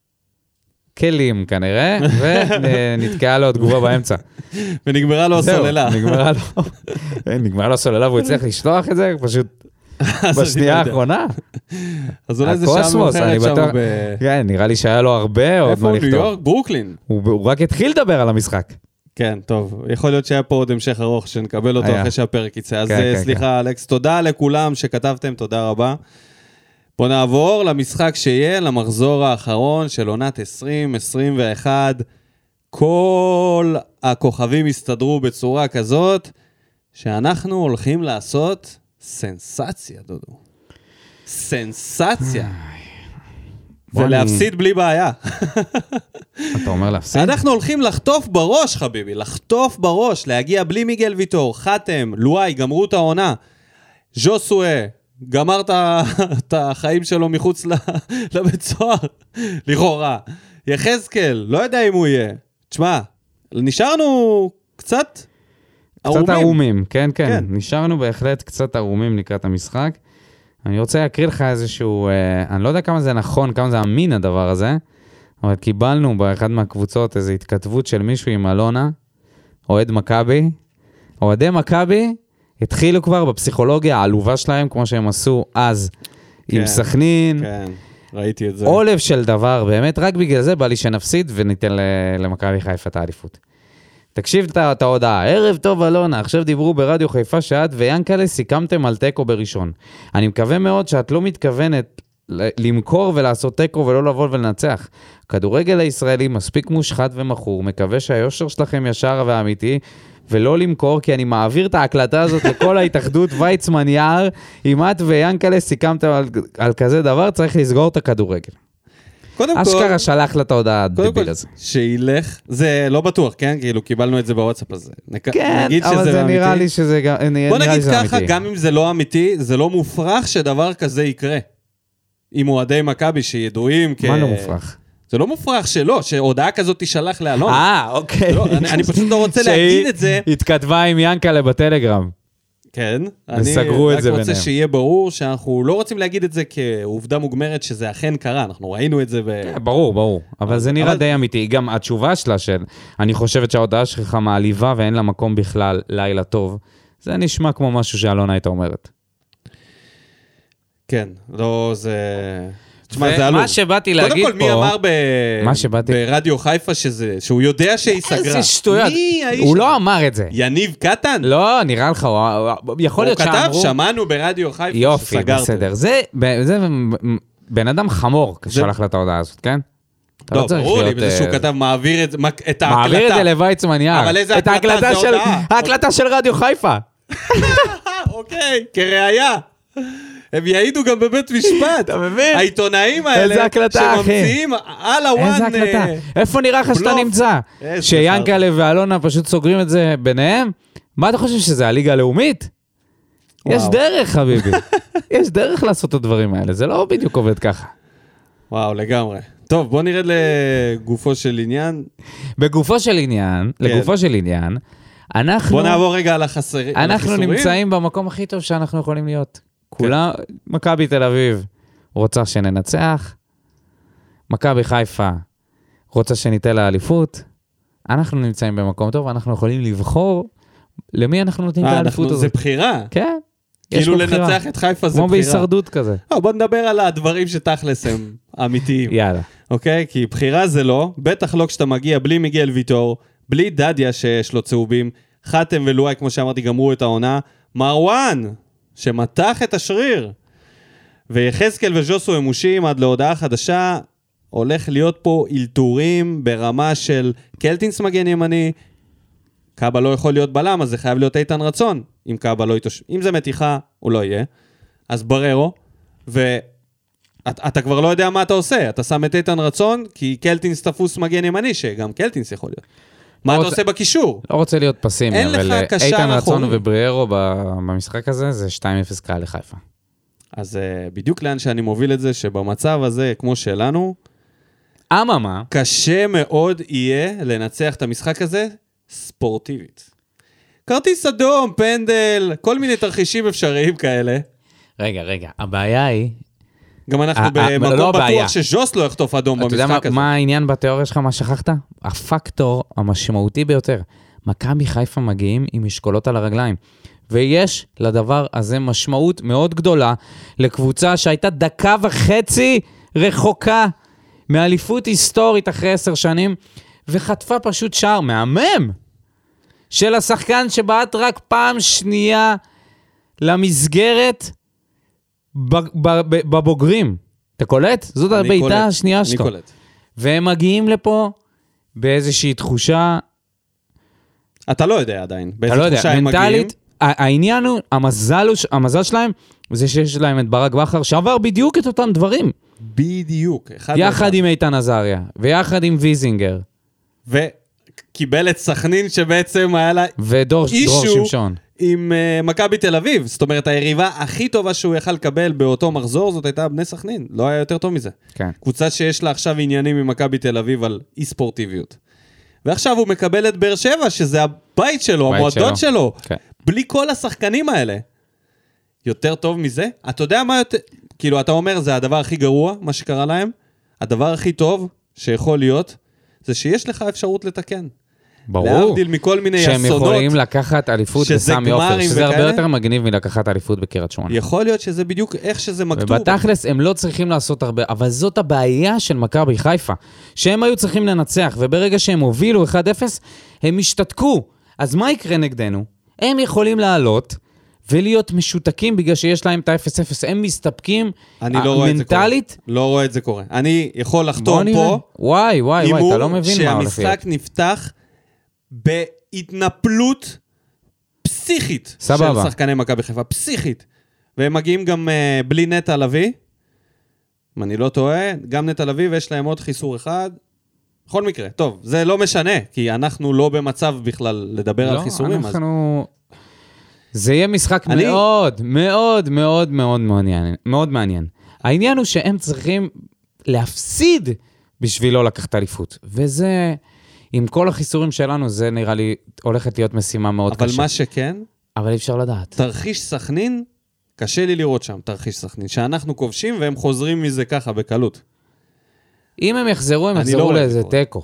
הכלים כנראה, ונתקעה לו תגובה באמצע. ונגמרה לו הסוללה. נגמרה לו הסוללה, והוא הצליח לשלוח את זה, פשוט בשנייה האחרונה. אז אולי זה שם מאוחרת שם כן, נראה לי שהיה לו הרבה עוד מה לכתוב. איפה ניו יורק? ברוקלין. הוא רק התחיל לדבר על המשחק. כן, טוב. יכול להיות שהיה פה עוד המשך ארוך שנקבל אותו אחרי שהפרק יצא. אז סליחה, אלכס, תודה לכולם שכתבתם, תודה רבה. בוא נעבור למשחק שיהיה, למחזור האחרון של עונת 2021. כל הכוכבים הסתדרו בצורה כזאת, שאנחנו הולכים לעשות סנסציה, דודו. סנסציה. ולהפסיד בלי בעיה. אתה אומר להפסיד? אנחנו הולכים לחטוף בראש, חביבי, לחטוף בראש, להגיע בלי מיגל ויטור, חתם, לואי, גמרו את העונה, ז'וסואה, גמר את החיים שלו מחוץ לבית סוהר, לכאורה. יחזקאל, לא יודע אם הוא יהיה. תשמע, נשארנו קצת ערומים. כן. נשארנו בהחלט קצת ערומים לקראת המשחק. אני רוצה להקריא לך איזשהו, אני לא יודע כמה זה נכון, כמה זה אמין הדבר הזה, אבל קיבלנו באחד מהקבוצות איזו התכתבות של מישהו עם אלונה, אוהד מכבי. אוהדי מכבי התחילו כבר בפסיכולוגיה העלובה שלהם, כמו שהם עשו אז עם סכנין. כן, ראיתי את זה. עולב של דבר, באמת, רק בגלל זה בא לי שנפסיד וניתן למכבי חיפה את האליפות. תקשיב את ההודעה, ערב טוב אלונה, עכשיו דיברו ברדיו חיפה שאת ויאנקלה סיכמתם על טקו בראשון. אני מקווה מאוד שאת לא מתכוונת למכור ולעשות טקו ולא לבוא ולנצח. כדורגל הישראלי מספיק מושחת ומחור, מקווה שהיושר שלכם ישר ואמיתי, ולא למכור, כי אני מעביר את ההקלטה הזאת לכל ההתאחדות ויצמן יער, אם את ויאנקלה סיכמתם על כזה דבר, צריך לסגור את הכדורגל. אשכרה שלח לה את ההודעה הדביל הזה. שילך, זה לא בטוח, כן? כאילו, קיבלנו את זה בוואטסאפ הזה. כן, אבל זה נראה לי שזה אמיתי. בוא נגיד ככה, גם אם זה לא אמיתי, זה לא מופרך שדבר כזה יקרה. עם אוהדי מכבי שידועים מה לא מופרך? זה לא מופרך שהודעה כזאת תשלח לאלון. אוקיי. אני פשוט לא רוצה להגיד את זה. שהתכתבה עם ינקלה בטלגרם. כן. וסגרו את זה ביניהם. אני רק רוצה שיהיה ברור שאנחנו לא רוצים להגיד את זה כעובדה מוגמרת שזה אכן קרה. אנחנו ראינו את זה ברור. אבל זה נראה די אמיתי. גם התשובה שלה אני חושבת שההודעה שלך מעליבה ואין לה מקום בכלל לילה טוב. זה נשמע כמו משהו שאלונה הייתה אומרת. כן. לא, זה... תשמע, זה עלוב. מה שבאתי להגיד פה... קודם כל, מי אמר ברדיו חיפה שהוא יודע שהיא סגרה? איזה שטויות. הוא לא אמר את זה. יניב קטן? לא, נראה לך, יכול להיות שאמרו... הוא כתב, שמענו ברדיו חיפה שסגרתם. יופי, בסדר. זה בן אדם חמור כשלח לה את ההודעה הזאת, כן? לא, ברור לי, בזה שהוא כתב, מעביר את ההקלטה. מעביר את זה לויצמן יער. אבל איזה הקלטה זה הודעה? ההקלטה של רדיו חיפה. אוקיי, כראיה. הם יעידו גם בבית משפט. אתה מבין? העיתונאים האלה שממציאים על הוואן... איזה הקלטה? איפה נראה לך שאתה נמצא? שיאנקלה ואלונה פשוט סוגרים את זה ביניהם? מה אתה חושב שזה, הליגה הלאומית? יש דרך, חביבי. יש דרך לעשות את הדברים האלה. זה לא בדיוק עובד ככה. וואו, לגמרי. טוב, בוא נרד לגופו של עניין. לגופו של עניין, אנחנו... בוא נעבור רגע על החיסורים. אנחנו נמצאים במקום הכי טוב שאנחנו יכולים להיות. כולה, מכבי תל אביב רוצה שננצח, מכבי חיפה רוצה שניתן לה אליפות, אנחנו נמצאים במקום טוב, אנחנו יכולים לבחור למי אנחנו נותנים את האליפות הזאת. זה בחירה. כן. כאילו לנצח את חיפה זה בחירה. כמו בהישרדות כזה. בוא נדבר על הדברים שתכלס הם אמיתיים. יאללה. אוקיי? כי בחירה זה לא, בטח לא כשאתה מגיע בלי מיגל ויטור, בלי דדיה שיש לו צהובים, חתם ולואי, כמו שאמרתי, גמרו את העונה, מרואן, שמתח את השריר, ויחזקאל וז'וסו אמושים עד להודעה חדשה, הולך להיות פה אילתורים ברמה של קלטינס מגן ימני, קאבה לא יכול להיות בלם, אז זה חייב להיות איתן רצון, אם קאבה לא יתוש... אם זה מתיחה, הוא לא יהיה, אז בררו, ואתה כבר לא יודע מה אתה עושה, אתה שם את איתן רצון, כי קלטינס תפוס מגן ימני, שגם קלטינס יכול להיות. מה אתה עושה בקישור? לא רוצה להיות פסימי, אבל איתן רצון ובררו במשחק הזה, זה 2-0 קהל לחיפה. אז בדיוק לאן שאני מוביל את זה, שבמצב הזה, כמו שלנו, אממה, קשה מאוד יהיה לנצח את המשחק הזה ספורטיבית. כרטיס אדום, פנדל, כל מיני תרחישים אפשריים כאלה. רגע, הבעיה היא... גם אנחנו במקום בטוח שז'וס לא יחטוף אדום במשחק הזה. אתה יודע מה העניין בתיאוריה שלך, מה שכחת? הפקטור המשמעותי ביותר. מכבי חיפה מגיעים עם משקולות על הרגליים. ויש לדבר הזה משמעות מאוד גדולה לקבוצה שהייתה 1.5 דקה רחוקה מאליפות היסטורית אחרי 10 שנים, וחטפה פשוט שער מהמם של השחקן שבעט רק פעם שנייה למסגרת בבוגרים. אתה קולט? זאת הביתה השנייה שלו. אני קולט. והם מגיעים לפה באיזושהי תחושה... אתה לא יודע עדיין. אתה לא יודע, מנטלית, העניין הוא, המזל שלהם, זה שיש להם את ברק בכר, שעבר בדיוק את אותם דברים. בדיוק. יחד עם איתן עזריה, ויחד עם ויזינגר. וקיבל את סכנין שבעצם היה לה... ודור שמשון. עם מכבי תל אביב. זאת אומרת, היריבה הכי טובה שהוא יכל לקבל באותו מחזור, זאת הייתה בני סכנין. לא היה יותר טוב מזה. כן. קבוצה שיש לה עכשיו עניינים עם מכבי תל אביב על אי ספורטיביות. ועכשיו הוא מקבל את באר שבע, שזה הבית שלו, המועדון שלו. כן. בלי כל השחקנים האלה. יותר טוב מזה? אתה יודע מה יותר... כאילו, אתה אומר, זה הדבר הכי גרוע, מה שקרה להם. הדבר הכי טוב שיכול להיות, זה שיש לך אפשרות לתקן. ברור. להבדיל מכל מיני שהם אסונות. יכולים לקחת אליפות בסמי עופר, שזה הרבה יותר מגניב מלקחת אליפות בקריית שמונה. יכול להיות שזה בדיוק איך שזה מכתוב. ובתכלס הם לא צריכים לעשות הרבה, אבל זאת הבעיה של מכבי חיפה, שהם היו צריכים לנצח, וברגע שהם הובילו 1-0, הם השתתקו. אז מה יקרה נגדנו? הם יכולים לעלות ולהיות משותקים בגלל שיש להם את ה-0-0. הם מסתפקים מנטלית. לא רואה את זה קורה. אני יכול לחתום פה. וואי, אתה לא מבין מה הולך להיות. שהמשחק נפתח בהתנפלות פסיכית של שחקני מכבי חיפה. פסיכית. והם מגיעים גם בלי נטע לביא. אם אני לא טועה, גם נתל אביב יש להם עוד חיסור אחד. בכל מקרה, טוב, זה לא משנה, כי אנחנו לא במצב בכלל לדבר על חיסורים. לא, אנחנו... זה יהיה משחק מאוד, מאוד, מאוד, מאוד מעניין. מאוד מעניין. העניין הוא שהם צריכים להפסיד בשביל לא לקחת אליפות. וזה, עם כל החיסורים שלנו, זה נראה לי הולכת להיות משימה מאוד קשה. אבל מה שכן... אבל אי אפשר לדעת. תרחיש סכנין, קשה לי לראות שם תרחיש סכנין, שאנחנו כובשים והם חוזרים מזה ככה בקלות. אם הם יחזרו, הם יחזרו לאיזה טקו.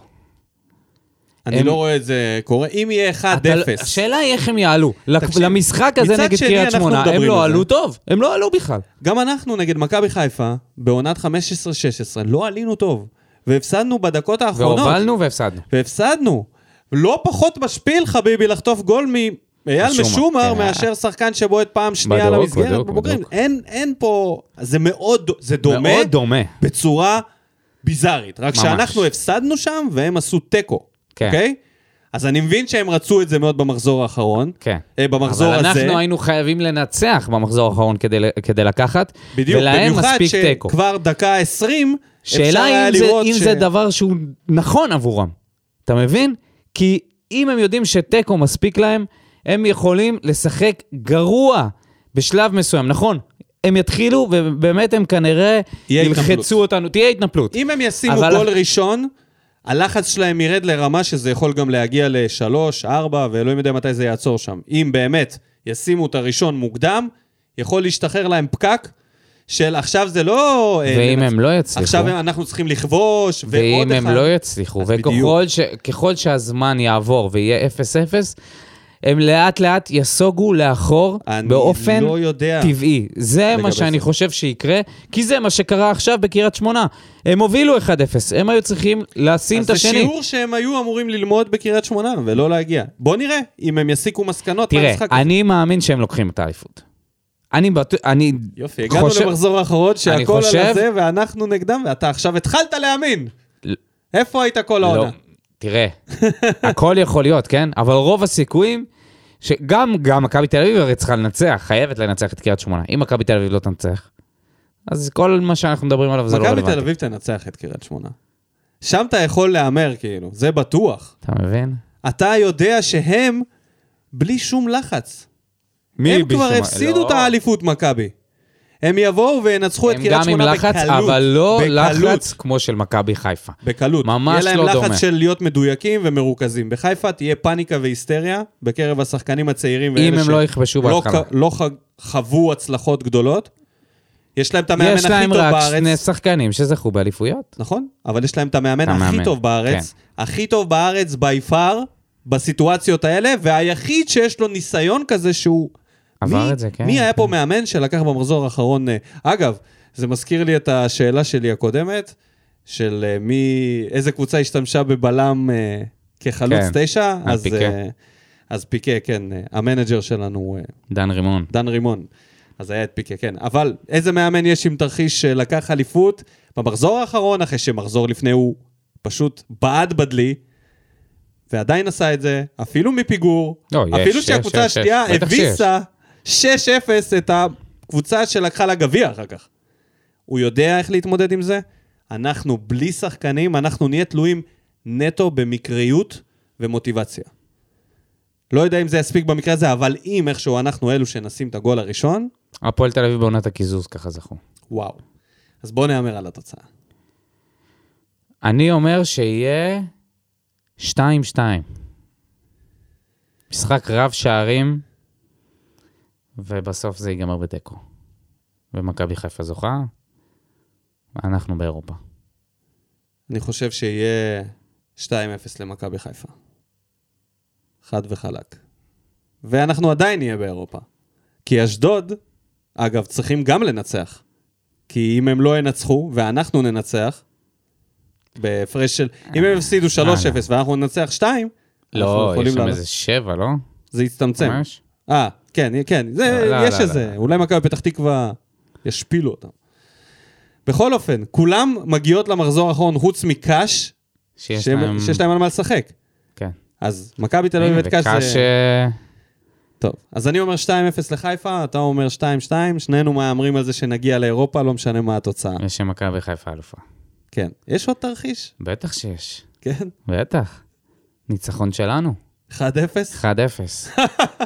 אני לא רואה את זה קורה. אם יהיה 1-0... השאלה היא איך הם יעלו. למשחק הזה נגד קריית שמונה, הם לא עלו טוב. הם לא עלו בכלל. גם אנחנו נגד מכבי חיפה, בעונת 15-16, לא עלינו טוב. והפסדנו בדקות האחרונות. והובלנו והפסדנו. והפסדנו. לא פחות משפיל, חביבי, לחטוף גול מאייל משומר, מאשר שחקן שבועט פעם שנייה למסגרת בבוגרים. אין פה... זה מאוד... זה דומה. מאוד דומה. בצורה ביזארית. רק שאנחנו הפסדנו שם, והם עשו טקו. אוקיי? אז אני מבין שהם רצו את זה מאוד במחזור האחרון. כן. במחזור הזה. אבל אנחנו היינו חייבים לנצח במחזור האחרון כדי לקחת. בדיוק. במיוחד שכבר דקה 20, שאלה אם זה דבר שהוא נכון עבורם. אתה מבין? כי אם הם יודעים שטקו מספיק להם, הם יכולים לשחק גרוע בשלב מסוים. נכון? הם יתחילו, ובאמת הם כנראה ילחצו אותנו. תהיה התנפלות. אם הם ישימו גול ראשון, הלחץ שלהם ירד לרמה שזה יכול גם להגיע ל3, 4, ואלוהים יודע מתי זה יעצור שם. אם באמת ישימו את הראשון מוקדם, יכול להשתחרר להם פקק, של עכשיו זה לא... ואם הם לא יצליחו... עכשיו אנחנו צריכים לכבוש, ואם הם לא יצליחו, וככל שהזמן יעבור ויהיה 0-0, הם לאט לאט יסוגו לאחור באופן טבעי. זה מה שאני חושב שיקרה, כי זה מה שקרה עכשיו בקריית שמונה. הם הובילו 1-0, הם היו צריכים לשים את השני. אז זה שיעור שהם היו אמורים ללמוד בקריית שמונה, ולא להגיע. בוא נראה, אם הם יסיקו מסקנות. תראה, אני מאמין שהם לוקחים את האליפות. יופי, הגענו למחזור האחרון שהכל על זה, ואנחנו נגדם, ואתה עכשיו התחלת להאמין. איפה היית כל העונה? תראה, הכל יכול להיות, כן? אבל רוב הסיכויים, שגם מכבי תל אביב הרי צריכה לנצח, חייבת לנצח את קריית שמונה. אם מכבי תל אביב לא תנצח, אז כל מה שאנחנו מדברים עליו זה לא רלוונטי. מכבי תל אביב תנצח את קריית שמונה. שם אתה יכול לאמר, כאילו, זה בטוח. אתה מבין? אתה יודע שהם בלי שום לחץ. הם כבר הפסידו את האליפות מכבי. הם יבואו וינצחו את קריית שמונה בקלות. הם גם עם לחץ, אבל לא לחץ כמו של מכבי חיפה. בקלות. ממש לא דומה. יהיה להם לחץ של להיות מדויקים ומרוכזים. בחיפה תהיה פאניקה והיסטריה בקרב השחקנים הצעירים. אם הם לא יכבשו בהתחלה. לא חוו הצלחות גדולות. יש להם את המאמן הכי טוב בארץ. יש להם רק שני שחקנים שזכו באליפויות. נכון, אבל יש להם את המאמן הכי טוב בארץ. הכי טוב בארץ by far בסיטואציות האלה, והיחיד שיש לו ניסיון כזה שהוא... מי היה פה מאמן שלקח במחזור האחרון? אגב, זה מזכיר לי את השאלה שלי הקודמת, של איזה קבוצה השתמשה בבלם כחלוץ 9, אז פיקה, כן, המנג'ר שלנו... דן רימון. אז היה את פיקה, כן. אבל איזה מאמן יש עם תרחיש שלקח אליפות? במחזור האחרון, אחרי שמחזור לפני הוא פשוט בעד בדלי, ועדיין עשה את זה, אפילו מפיגור, אפילו שהקבוצה השנייה הביסה 6-0 את הקבוצה שלקחה לגביע אחר כך. הוא יודע איך להתמודד עם זה? אנחנו בלי שחקנים, אנחנו נהיה תלויים נטו במקריות ומוטיבציה. לא יודע אם זה יספיק במקרה הזה, אבל אם איכשהו אנחנו אלו שנשים את הגול הראשון... הפועל תל אביב בעונת הקיזוז, ככה זכו. וואו. אז בוא נאמר על התוצאה. אני אומר שיהיה 2-2. משחק רב שערים, ובסוף זה ייגמר בטקו. ומכבי חיפה זוכה, ואנחנו באירופה. אני חושב שיהיה 2-0 למכבי חיפה. חד וחלק. ואנחנו עדיין נהיה באירופה. כי אשדוד, אגב, צריכים גם לנצח. כי אם הם לא ינצחו, ואנחנו ננצח, בהפרש של... אם הם הפסידו 3-0 ואנחנו ננצח 2, לא, יש שם איזה 7, לא? זה יצטמצם. ממש? כן, כן. יש איזה. אולי מכבי פתח תקווה ישפילו אותם. בכל אופן, כולם מגיעות למחזור האחרון, חוץ מקש, שיש להם על מה לשחק. כן. אז מכבי תל אביב את קש... טוב, אז אני אומר 2-0 לחיפה, אתה אומר 2-2, שנינו מאמרים על זה שנגיע לאירופה, לא משנה מה התוצאה. יש מכבי חיפה אלופה. כן. יש עוד תרחיש? בטח שיש. כן. בטח. ניצחון שלנו. 1-0? 1-0.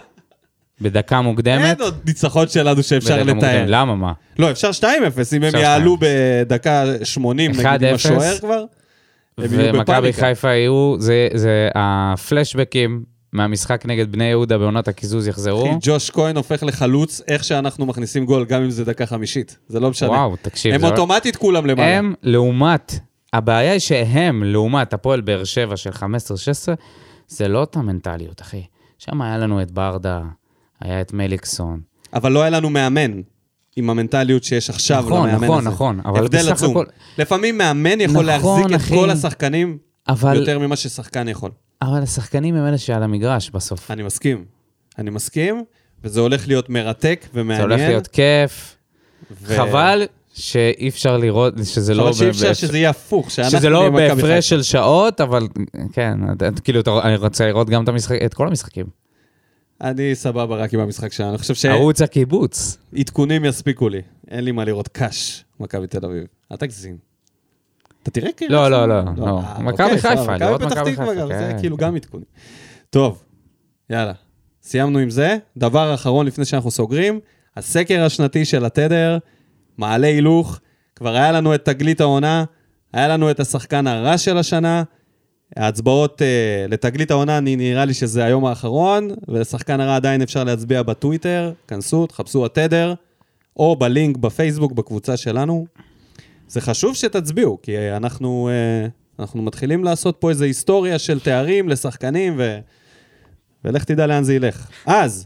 בדקה מוקדמת. אין עוד ניצחון שלנו שאפשר לתאר. למה, מה? לא, אפשר 2-0, אם הם יעלו בדקה 80, נגיד עם השוער כבר. ומכבי חיפה יהיו, זה הפלשבקים מהמשחק נגד בני יהודה בעונת הקיזוז יחזרו. ג'וש כהן הופך לחלוץ, איך שאנחנו מכניסים גול, גם אם זה דקה 50. זה לא משנה. וואו, תקשיב. הם אוטומטית כולם למעלה. הם לעומת, הבעיה היא שהם לעומת הפועל באר שבע של 15-16, זה לא אותה מנטליות, אחי. שם היה לנו את ברדה, היה את מליקסון. אבל לא היה לנו מאמן עם המנטליות שיש עכשיו למאמן הזה. נכון. הבדל עצום. לפעמים מאמן יכול להחזיק את כל השחקנים יותר ממה ששחקן יכול. אבל השחקנים הם אלה שעל המגרש בסוף. אני מסכים, וזה הולך להיות מרתק ומעניין. זה הולך להיות כיף. חבל שאי אפשר לראות, שזה לא... שאי אפשר שזה יהיה הפוך. שזה לא בהפרש של שעות, אבל כן, כאילו, אני רוצה לראות גם את כל המשחקים. אני סבבה רק עם המשחק שלנו. אני חושב ערוץ הקיבוץ. עדכונים יספיקו לי. אין לי מה לראות קש, מכבי תל אביב. אל תגזים. אתה תראה כאילו... לא. מכבי חיפה. מכבי פתח תקווה גם, זה כאילו גם עדכונים. טוב, יאללה. סיימנו עם זה. דבר אחרון לפני שאנחנו סוגרים, הסקר השנתי של התדר, מעלה הילוך, כבר היה לנו את תגלית העונה, היה לנו את השחקן הרע של השנה, ההצבעות לתגלית העונה, נראה לי שזה היום האחרון, ולשחקן הרע עדיין אפשר להצביע בטוויטר, כנסו, תחפשו התדר, או בלינק בפייסבוק, בקבוצה שלנו. זה חשוב שתצביעו, כי אנחנו מתחילים לעשות פה איזו היסטוריה של תארים לשחקנים, ולך תדע לאן זה ילך. אז,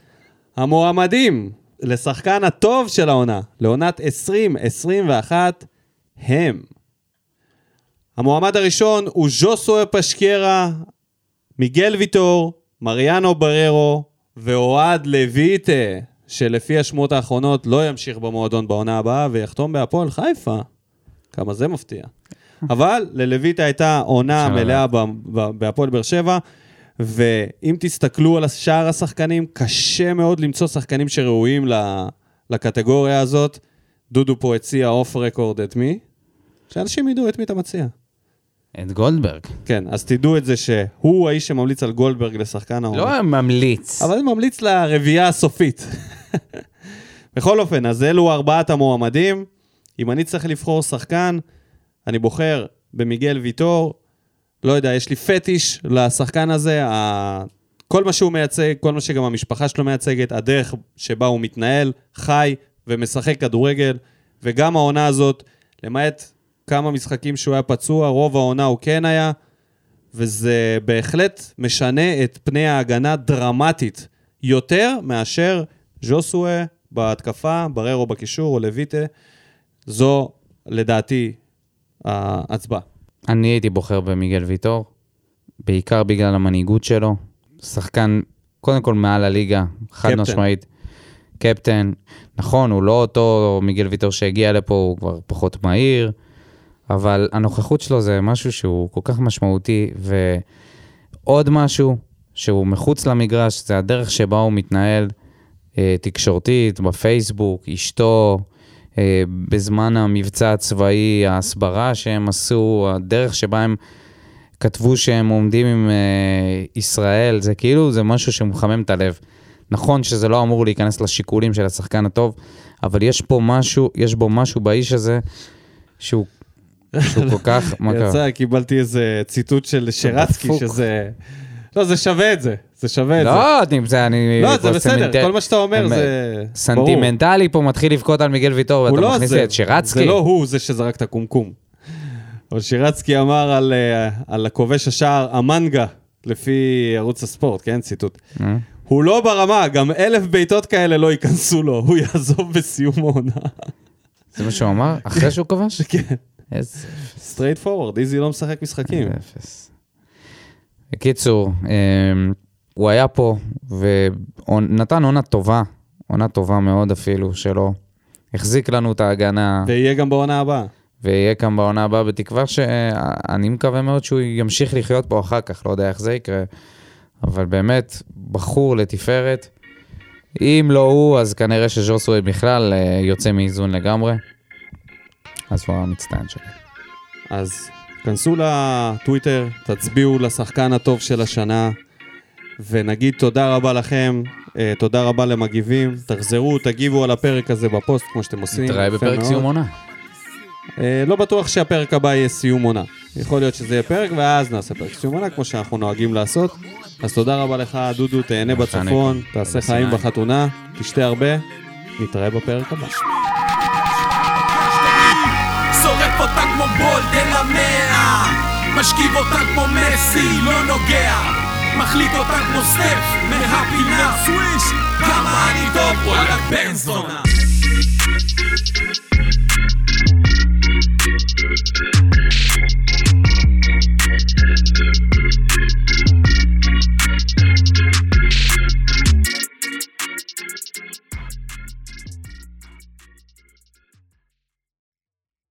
המועמדים לשחקן הטוב של העונה, לעונת 2021, הם. המועמד הראשון הוא ז'וסואה פשקרה, מיגל ויטור, מריאנו בררו ואוהד לויטה, שלפי השמועות האחרונות לא ימשיך במועדון בעונה הבאה ויחתום בהפועל חיפה. כמה זה מפתיע. אבל ללויטה הייתה עונה מלאה בהפועל באר שבע, ואם תסתכלו על שאר השחקנים, קשה מאוד למצוא שחקנים שראויים לקטגוריה הזאת. דודו פה הציע אוף רקורד את מי? שאנשים ידעו את מי אתה מציע. את גולדברג. כן, אז תדעו את זה שהוא האיש שממליץ על גולדברג לשחקן העונה. לא ממליץ. אבל ממליץ לרביעה הסופית. בכל אופן, אז אלו 4 המועמדים. אם אני צריך לבחור שחקן, אני בוחר במיגל ויטור. לא יודע, יש לי פטיש לשחקן הזה. כל מה שהוא מייצג, כל מה שגם המשפחה שלו מייצגת, הדרך שבה הוא מתנהל, חי ומשחק כדורגל. וגם העונה הזאת, למעט כמה משחקים שהוא היה פצוע, רוב העונה הוא כן היה, וזה בהחלט משנה את פני ההגנה דרמטית, יותר מאשר ז'וסואה בהתקפה, בררו בקישור או לויטה. זו לדעתי ההצבעה. אני הייתי בוחר במיגל ויטור, בעיקר בגלל המנהיגות שלו, שחקן קודם כל מעל הליגה, חד משמעית, קפטן, נכון, הוא לא אותו מיגל ויטור שהגיע לפה, הוא כבר פחות מהיר, אבל הנוכחות שלו זה משהו שהוא כל כך משמעותי, ועוד משהו שהוא מחוץ למגרש, זה הדרך שבה הוא מתנהל תקשורתית, בפייסבוק, אשתו, בזמן המבצע הצבאי, ההסברה שהם עשו, הדרך שבה הם כתבו שהם עומדים עם ישראל, זה כאילו, זה משהו שמחמם את הלב. נכון שזה לא אמור להיכנס לשיקולים של השחקן הטוב, אבל יש בו משהו באיש הזה, שהוא כל כך... יצא, קיבלתי איזה ציטוט של שרצקי, שזה... לא, זה שווה את זה. זה שווה את זה. לא, זה בסדר, כל מה שאתה אומר זה... סנטימנטלי פה מתחיל לבכות על מיגל ויטור, ואתה מכניס את שרצקי. זה לא הוא זה שזרק את הקומקום. אבל שרצקי אמר על הכובש השער, המנגה, לפי ערוץ הספורט, כן, ציטוט. הוא לא ברמה, גם 1,000 בעיטות כאלה לא ייכנסו לו, הוא יעזוב בסיום העונה. זה מה שהוא אמר? אחרי שהוא כובש? כן. סטרייט פורוורד, איזי לא משחק משחקים. בקיצור, הוא היה פה ונתן עונה טובה מאוד אפילו שלו. החזיק לנו את ההגנה. ויהיה גם בעונה הבאה. בתקווה שאני מקווה מאוד שהוא ימשיך לחיות פה אחר כך, לא יודע איך זה יקרה. אבל באמת, בחור לתפארת. אם לא הוא, אז כנראה שז'וסוי בכלל יוצא מאיזון לגמרי. אז הוא המצטיין שלי. אז כנסו לטוויטר, תצביעו לשחקן הטוב של השנה, ונגיד תודה רבה לכם, תודה רבה למגיבים, תחזרו, תגיבו על הפרק הזה בפוסט כמו שאתם עושים. נתראה בפרק סיום עונה. לא בטוח שהפרק הבא יהיה סיום עונה. יכול להיות שזה יהיה פרק, ואז נעשה פרק סיום עונה, כמו שאנחנו נוהגים לעשות. אז תודה רבה לך, דודו, תהנה בצפון, תעשה חיים בחתונה, תשתה הרבה, נתראה בפרק הבא. שורף אותה כמו בולדן המאה, משכיב אותה כמו מסי, לא נוגע, מחליט אותה כמו סטף, מהפינה סוויש, כמה אני טוב, וואלה בן זונה.